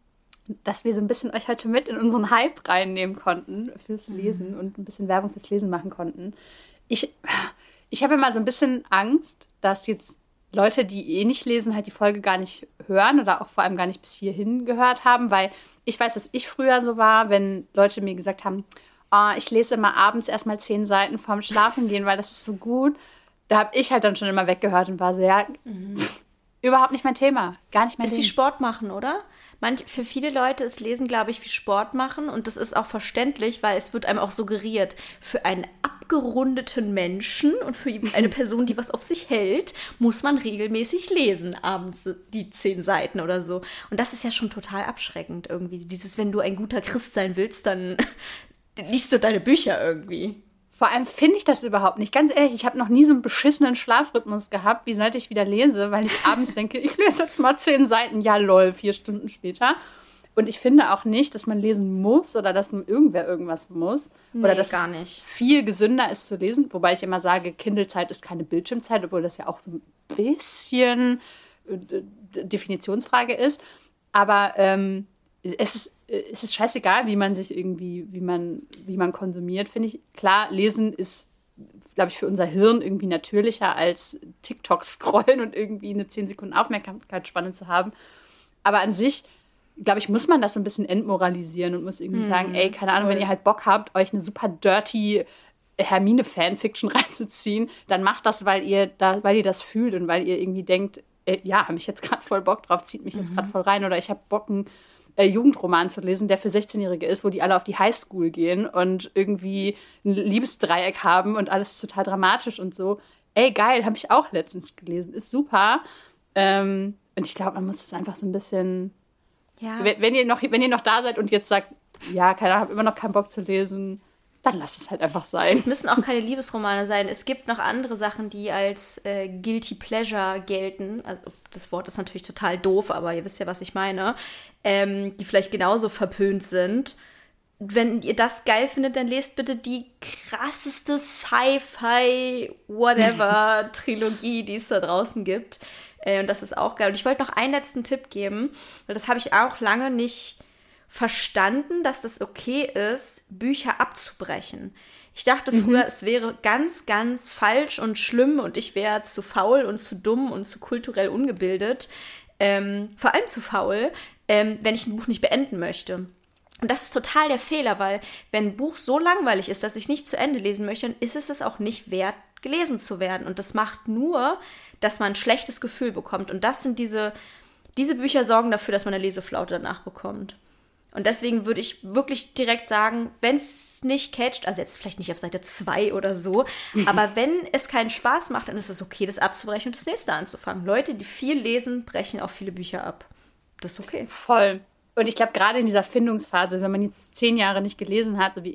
dass wir so ein bisschen euch heute mit in unseren Hype reinnehmen konnten fürs Lesen mhm. und ein bisschen Werbung fürs Lesen machen konnten. Ich, ich habe immer so ein bisschen Angst, dass jetzt Leute, die eh nicht lesen, halt die Folge gar nicht hören oder auch vor allem gar nicht bis hierhin gehört haben, weil ich weiß, dass ich früher so war, wenn Leute mir gesagt haben, oh, ich lese immer abends erstmal zehn Seiten vorm Schlafengehen, weil das ist so gut. Da habe ich halt dann schon immer weggehört und war so, ja, mhm. überhaupt nicht mein Thema, gar nicht mein Ding. Ist wie Sport machen, oder? Manch, für viele Leute ist Lesen, glaube ich, wie Sport machen und das ist auch verständlich, weil es wird einem auch suggeriert, für einen abgerundeten Menschen und für eine Person, die was auf sich hält, muss man regelmäßig lesen, abends die zehn Seiten oder so. Und das ist ja schon total abschreckend irgendwie. Dieses, wenn du ein guter Christ sein willst, dann liest du deine Bücher irgendwie. Vor allem finde ich das überhaupt nicht. Ganz ehrlich, ich habe noch nie so einen beschissenen Schlafrhythmus gehabt, wie seit ich wieder lese, weil ich abends denke, ich lese jetzt mal zehn Seiten, ja lol, vier Stunden später. Und ich finde auch nicht, dass man lesen muss oder dass man irgendwer irgendwas muss. Nee, oder dass gar nicht. Es viel gesünder ist zu lesen. Wobei ich immer sage, Kindle-Zeit ist keine Bildschirmzeit, obwohl das ja auch so ein bisschen äh, Definitionsfrage ist. Aber ähm, es ist es ist scheißegal, wie man sich irgendwie, wie man, wie man konsumiert, finde ich. Klar, Lesen ist, glaube ich, für unser Hirn irgendwie natürlicher als TikTok scrollen und irgendwie eine zehn Sekunden Aufmerksamkeitsspanne zu haben. Aber an sich, glaube ich, muss man das so ein bisschen entmoralisieren und muss irgendwie hm, sagen, ey, keine Ahnung, voll. Wenn ihr halt Bock habt, euch eine super dirty Hermine-Fanfiction reinzuziehen, dann macht das, weil ihr da, weil ihr das fühlt und weil ihr irgendwie denkt, ey, ja, habe ich jetzt gerade voll Bock drauf, zieht mich mhm. jetzt gerade voll rein oder ich habe Bock, ein Äh, Jugendroman zu lesen, der für sechzehnjährige ist, wo die alle auf die Highschool gehen und irgendwie ein Liebesdreieck haben und alles total dramatisch und so. Ey, geil, habe ich auch letztens gelesen. Ist super. Ähm, und ich glaube, man muss das einfach so ein bisschen... Ja. Wenn, wenn, ihr noch, wenn ihr noch da seid und jetzt sagt, ja, keine Ahnung, habe immer noch keinen Bock zu lesen, dann lasst es halt einfach sein. Es müssen auch keine Liebesromane sein. Es gibt noch andere Sachen, die als äh, Guilty Pleasure gelten. Also das Wort ist natürlich total doof, aber ihr wisst ja, was ich meine. Ähm, die vielleicht genauso verpönt sind. Wenn ihr das geil findet, dann lest bitte die krasseste Sci-Fi-Whatever-Trilogie, die es da draußen gibt. Äh, und das ist auch geil. Und ich wollte noch einen letzten Tipp geben, weil das habe ich auch lange nicht verstanden, dass das okay ist, Bücher abzubrechen. Ich dachte früher, mhm. es wäre ganz, ganz falsch und schlimm und ich wäre zu faul und zu dumm und zu kulturell ungebildet, ähm, vor allem zu faul, ähm, wenn ich ein Buch nicht beenden möchte. Und das ist total der Fehler, weil wenn ein Buch so langweilig ist, dass ich es nicht zu Ende lesen möchte, dann ist es es auch nicht wert, gelesen zu werden. Und das macht nur, dass man ein schlechtes Gefühl bekommt. Und das sind diese, diese Bücher sorgen dafür, dass man eine Leseflaute danach bekommt. Und deswegen würde ich wirklich direkt sagen, wenn es nicht catcht, also jetzt vielleicht nicht auf Seite zwei oder so, aber wenn es keinen Spaß macht, dann ist es okay, das abzubrechen und das nächste anzufangen. Leute, die viel lesen, brechen auch viele Bücher ab. Das ist okay. Voll. Und ich glaube, gerade in dieser Findungsphase, wenn man jetzt zehn Jahre nicht gelesen hat, so wie ich,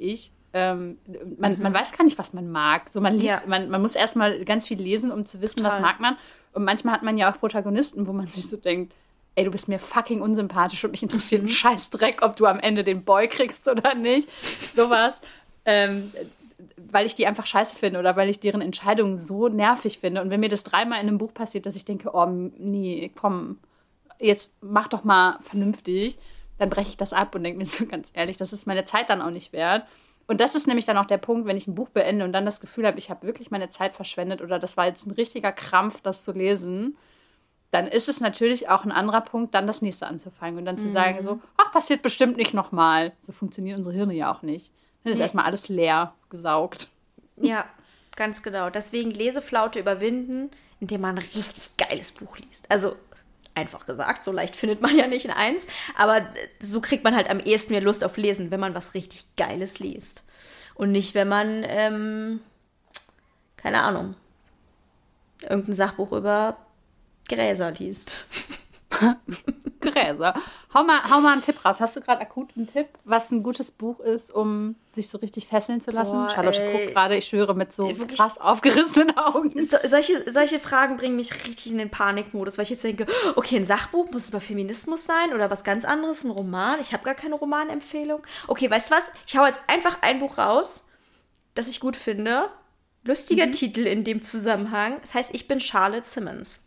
ähm, man, mhm. man weiß gar nicht, was man mag. So, man, liest, ja. man, man muss erstmal ganz viel lesen, um zu wissen, Total. was mag man. Und manchmal hat man ja auch Protagonisten, wo man sich so denkt, ey, du bist mir fucking unsympathisch und mich interessiert ein Scheißdreck, ob du am Ende den Boy kriegst oder nicht. Sowas. Ähm, weil ich die einfach scheiße finde oder weil ich deren Entscheidungen so nervig finde. Und wenn mir das dreimal in einem Buch passiert, dass ich denke, oh, nee, komm, jetzt mach doch mal vernünftig, dann breche ich das ab und denke mir so ganz ehrlich, das ist meine Zeit dann auch nicht wert. Und das ist nämlich dann auch der Punkt, wenn ich ein Buch beende und dann das Gefühl habe, ich habe wirklich meine Zeit verschwendet oder das war jetzt ein richtiger Krampf, das zu lesen, dann ist es natürlich auch ein anderer Punkt, dann das nächste anzufangen und dann mhm. zu sagen so, ach, passiert bestimmt nicht nochmal. So funktionieren unsere Hirne ja auch nicht. Dann ist nee. erstmal alles leer gesaugt. Ja, ganz genau. Deswegen Leseflaute überwinden, indem man ein richtig geiles Buch liest. Also einfach gesagt, so leicht findet man ja nicht in eins, aber so kriegt man halt am ehesten mehr Lust auf Lesen, wenn man was richtig Geiles liest. Und nicht, wenn man, ähm, keine Ahnung, irgendein Sachbuch über Gräser liest. Gräser. Hau mal, hau mal einen Tipp raus. Hast du gerade akut einen Tipp, was ein gutes Buch ist, um sich so richtig fesseln zu lassen? Boah, Charlotte ey. guckt gerade, ich schwöre, mit so Wirklich? krass aufgerissenen Augen. So, solche, solche Fragen bringen mich richtig in den Panikmodus, weil ich jetzt denke, okay, ein Sachbuch, muss es über Feminismus sein oder was ganz anderes, ein Roman? Ich habe gar keine Romanempfehlung. Okay, weißt du was? Ich hau jetzt einfach ein Buch raus, das ich gut finde. Lustiger mhm. Titel in dem Zusammenhang. Das heißt, ich bin Charlotte Simmons.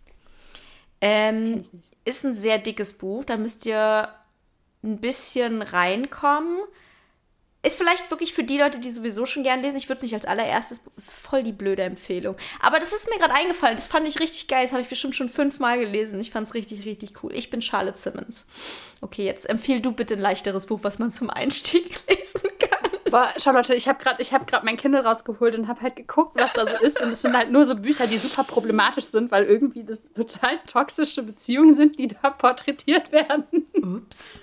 Ähm, ist ein sehr dickes Buch, da müsst ihr ein bisschen reinkommen. Ist vielleicht wirklich für die Leute, die sowieso schon gern lesen. Ich würde es nicht als allererstes, voll die blöde Empfehlung. Aber das ist mir gerade eingefallen, das fand ich richtig geil. Das habe ich bestimmt schon fünfmal gelesen. Ich fand es richtig, richtig cool. Ich bin Charlotte Simmons. Okay, jetzt empfiehl du bitte ein leichteres Buch, was man zum Einstieg lesen kann. Boah, Charlotte, ich habe gerade hab grad mein Kindle rausgeholt und habe halt geguckt, was da so ist. Und es sind halt nur so Bücher, die super problematisch sind, weil irgendwie das total toxische Beziehungen sind, die da porträtiert werden. Ups.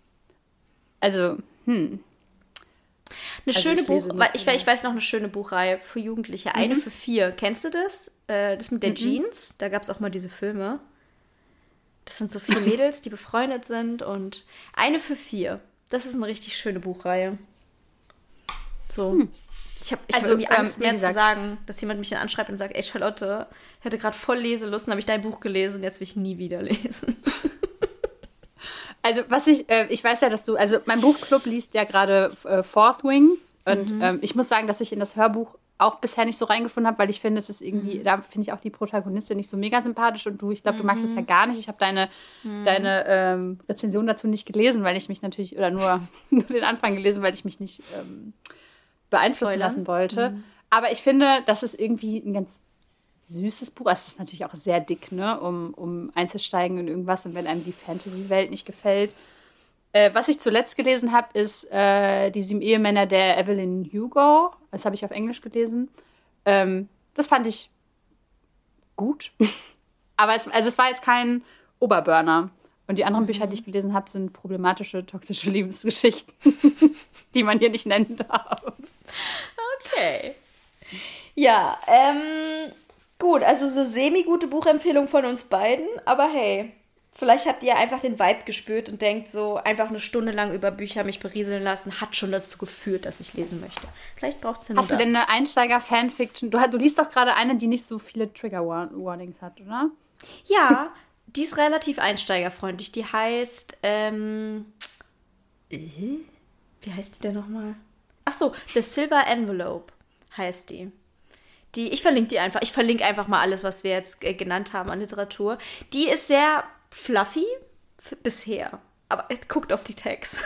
Also, hm. Eine also schöne ich Buch, weil ich, ich weiß noch eine schöne Buchreihe für Jugendliche. Eine mhm. für vier. Kennst du das? Äh, das mit der mhm. Jeans. Da gab es auch mal diese Filme. Das sind so vier Mädels, die befreundet sind. Und eine für vier. Das ist eine richtig schöne Buchreihe. So. Hm. Ich habe ich also, hab irgendwie Angst, ähm, mehr gesagt, zu sagen, dass jemand mich dann anschreibt und sagt, ey Charlotte, ich hatte gerade voll Leselust und habe ich dein Buch gelesen und jetzt will ich nie wieder lesen. Also was ich, äh, ich weiß ja, dass du, also mein Buchclub liest ja gerade äh, Fourth Wing und mhm. ähm, ich muss sagen, dass ich in das Hörbuch auch bisher nicht so reingefunden habe, weil ich finde, es ist irgendwie, mhm. da finde ich auch die Protagonistin nicht so mega sympathisch und du, ich glaube, du magst es ja gar nicht. Ich habe deine, mhm. deine ähm, Rezension dazu nicht gelesen, weil ich mich natürlich, oder nur, nur den Anfang gelesen, weil ich mich nicht ähm, beeinflussen Spoiler. lassen wollte. Mhm. Aber ich finde, das ist irgendwie ein ganz süßes Buch. Es ist natürlich auch sehr dick, ne, um, um einzusteigen in irgendwas und wenn einem die Fantasy-Welt nicht gefällt. Äh, was ich zuletzt gelesen habe, ist äh, Die sieben Ehemänner der Evelyn Hugo. Das habe ich auf Englisch gelesen. Ähm, das fand ich gut. Aber es, also es war jetzt kein Oberburner. Und die anderen mhm. Bücher, die ich gelesen habe, sind problematische, toxische Liebesgeschichten, die man hier nicht nennen darf. Okay. Ja, ähm, gut, also so semi-gute Buchempfehlung von uns beiden, aber hey, vielleicht habt ihr einfach den Vibe gespürt und denkt so, einfach eine Stunde lang über Bücher mich berieseln lassen, hat schon dazu geführt, dass ich lesen möchte. Vielleicht braucht es ja nur das. Hast du denn eine Einsteiger-Fanfiction? Du, du liest doch gerade eine, die nicht so viele Trigger-Warnings hat, oder? Ja, die ist relativ einsteigerfreundlich. Die heißt, ähm, wie heißt die denn nochmal? Ach so, The Silver Envelope heißt die. Die, ich verlinke die einfach. Ich verlinke einfach mal alles, was wir jetzt äh, genannt haben an Literatur. Die ist sehr fluffy f- bisher. Aber äh, guckt auf die Tags.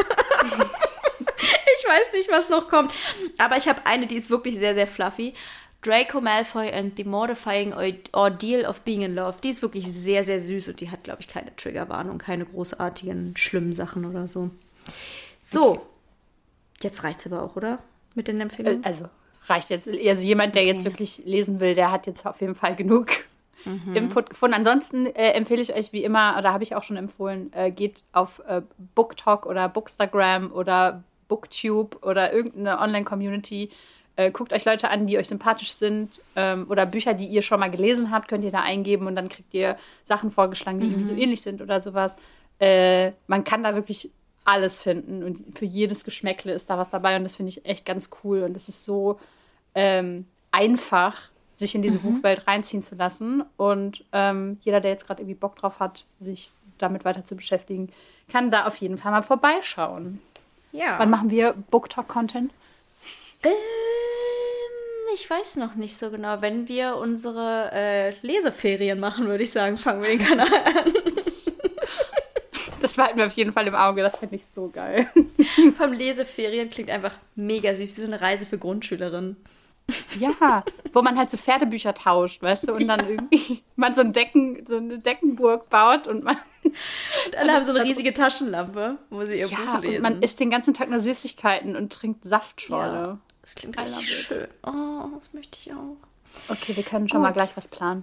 Ich weiß nicht, was noch kommt. Aber ich habe eine, die ist wirklich sehr, sehr fluffy. Draco Malfoy and the Mortifying Ordeal of Being in Love. Die ist wirklich sehr, sehr süß und die hat, glaube ich, keine Triggerwarnung, keine großartigen, schlimmen Sachen oder so. So, okay. Jetzt reicht's aber auch, oder? Mit den Empfehlungen? Also, reicht jetzt. Also jemand, der okay. jetzt wirklich lesen will, der hat jetzt auf jeden Fall genug mhm. Input gefunden. Ansonsten äh, empfehle ich euch wie immer, oder habe ich auch schon empfohlen, äh, geht auf äh, BookTok oder Bookstagram oder Booktube oder irgendeine Online-Community. Äh, guckt euch Leute an, die euch sympathisch sind ähm, oder Bücher, die ihr schon mal gelesen habt, könnt ihr da eingeben und dann kriegt ihr Sachen vorgeschlagen, die mhm. irgendwie so ähnlich sind oder sowas. Äh, man kann da wirklich alles finden und für jedes Geschmäckle ist da was dabei und das finde ich echt ganz cool und es ist so ähm, einfach, sich in diese mhm. Buchwelt reinziehen zu lassen und ähm, jeder, der jetzt gerade irgendwie Bock drauf hat, sich damit weiter zu beschäftigen, kann da auf jeden Fall mal vorbeischauen. Ja. Wann machen wir Booktalk-Content? Ähm, ich weiß noch nicht so genau. Wenn wir unsere äh, Leseferien machen, würde ich sagen, fangen wir den Kanal an. Das behalten wir auf jeden Fall im Auge. Das finde ich so geil. Vom Leseferien klingt einfach mega süß, wie so eine Reise für Grundschülerinnen. Ja, wo man halt so Pferdebücher tauscht, weißt du, und dann ja. irgendwie man so, ein Decken, so eine Deckenburg baut und man... Und alle haben so eine riesige Taschenlampe, wo sie ihr ja, Buch lesen. Und man isst den ganzen Tag nur Süßigkeiten und trinkt Saftschorle. Ja, das klingt richtig schön. Oh, das möchte ich auch. Okay, wir können schon Gut. mal gleich was planen.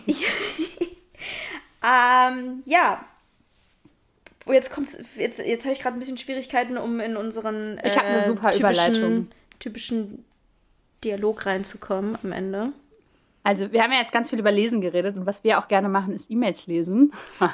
ähm, ja. Oh, jetzt kommt's, jetzt, jetzt habe ich gerade ein bisschen Schwierigkeiten, um in unseren ich habe eine super typischen, Überleitung. typischen Dialog reinzukommen am Ende. Also, wir haben ja jetzt ganz viel über Lesen geredet und was wir auch gerne machen, ist E-Mails lesen.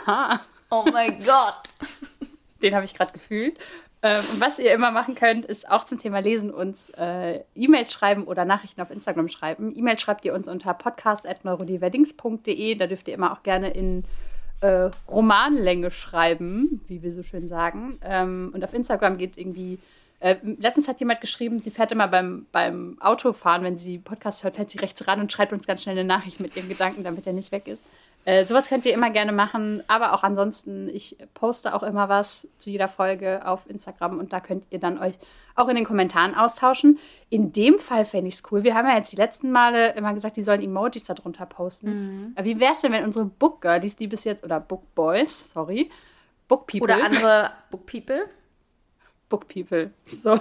Oh mein Gott! Den habe ich gerade gefühlt. Ähm, und was ihr immer machen könnt, ist auch zum Thema Lesen uns äh, E-Mails schreiben oder Nachrichten auf Instagram schreiben. E-Mail schreibt ihr uns unter podcast at neurodiverdings punkt de. Da dürft ihr immer auch gerne in äh, Romanlänge schreiben, wie wir so schön sagen. Ähm, und auf Instagram geht irgendwie Äh, letztens hat jemand geschrieben, sie fährt immer beim, beim Autofahren, wenn sie Podcast hört, fährt sie rechts ran und schreibt uns ganz schnell eine Nachricht mit ihren Gedanken, damit er nicht weg ist. Äh, sowas könnt ihr immer gerne machen, aber auch ansonsten, ich poste auch immer was zu jeder Folge auf Instagram und da könnt ihr dann euch auch in den Kommentaren austauschen. In dem Fall fände ich es cool. Wir haben ja jetzt die letzten Male immer gesagt, die sollen Emojis da drunter posten. Mhm. Aber wie wäre es denn, wenn unsere Bookgirlies, die bis jetzt, oder Bookboys, sorry, Bookpeople. Oder andere Bookpeople. Book People. So.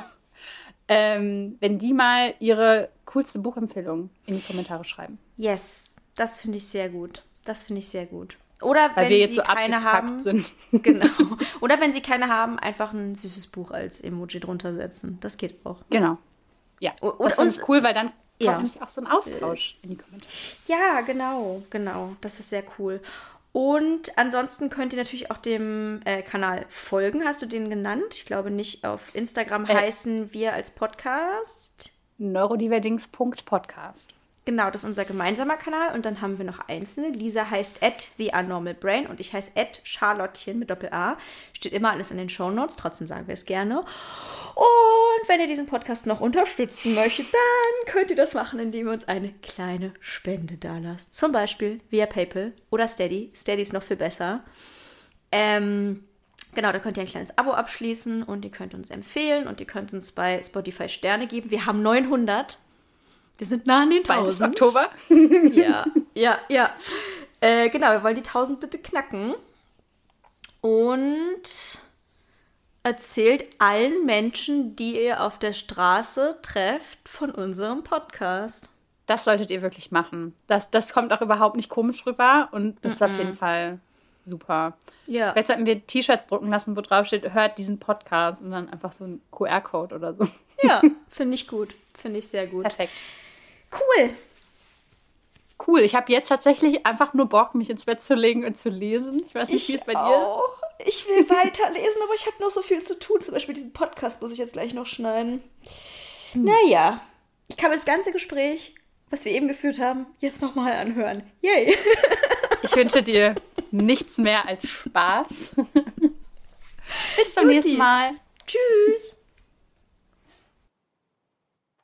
Ähm, wenn die mal ihre coolste Buchempfehlung in die Kommentare schreiben. Yes, das finde ich sehr gut. Das finde ich sehr gut. Oder Weil wenn wir jetzt sie so keine haben. Sind. Genau. Oder wenn sie keine haben, einfach ein süßes Buch als Emoji drunter setzen. Das geht auch. Genau. Ja. Und, das finde ich cool, weil dann kommt ja. nämlich auch so ein Austausch äh, in die Kommentare. Ja, genau, genau. Das ist sehr cool. Und ansonsten könnt ihr natürlich auch dem äh, Kanal folgen. Hast du den genannt? Ich glaube nicht. Auf Instagram äh. heißen wir als Podcast neurodiverdings punkt podcast. Genau, das ist unser gemeinsamer Kanal. Und dann haben wir noch einzelne. Lisa heißt at the unnormal brain und ich heiße at Charlottchen mit Doppel-A. Steht immer alles in den Shownotes. Trotzdem sagen wir es gerne. Und wenn ihr diesen Podcast noch unterstützen möchtet, dann könnt ihr das machen, indem ihr uns eine kleine Spende dalasst. Zum Beispiel via PayPal oder Steady. Steady ist noch viel besser. Ähm, genau, da könnt ihr ein kleines Abo abschließen und ihr könnt uns empfehlen und ihr könnt uns bei Spotify Sterne geben. Wir haben neunhundert. Wir sind nah an den tausend. Bald ist Oktober. Ja, ja, ja. Äh, genau, wir wollen die tausend bitte knacken. Und erzählt allen Menschen, die ihr auf der Straße trefft, von unserem Podcast. Das solltet ihr wirklich machen. Das, das kommt auch überhaupt nicht komisch rüber und das ist Mm-mm. auf jeden Fall super. Ja. Vielleicht sollten wir T-Shirts drucken lassen, wo drauf steht, hört diesen Podcast und dann einfach so ein Q R-Code oder so. Ja, finde ich gut. Finde ich sehr gut. Perfekt. Cool. Cool. Ich habe jetzt tatsächlich einfach nur Bock, mich ins Bett zu legen und zu lesen. Ich weiß nicht, wie es bei dir auch. Ich will weiterlesen, aber ich habe noch so viel zu tun. Zum Beispiel diesen Podcast muss ich jetzt gleich noch schneiden. Hm. Naja, ich kann mir das ganze Gespräch, was wir eben geführt haben, jetzt nochmal anhören. Yay. Ich wünsche dir nichts mehr als Spaß. Bis zum Juti. nächsten Mal. Tschüss.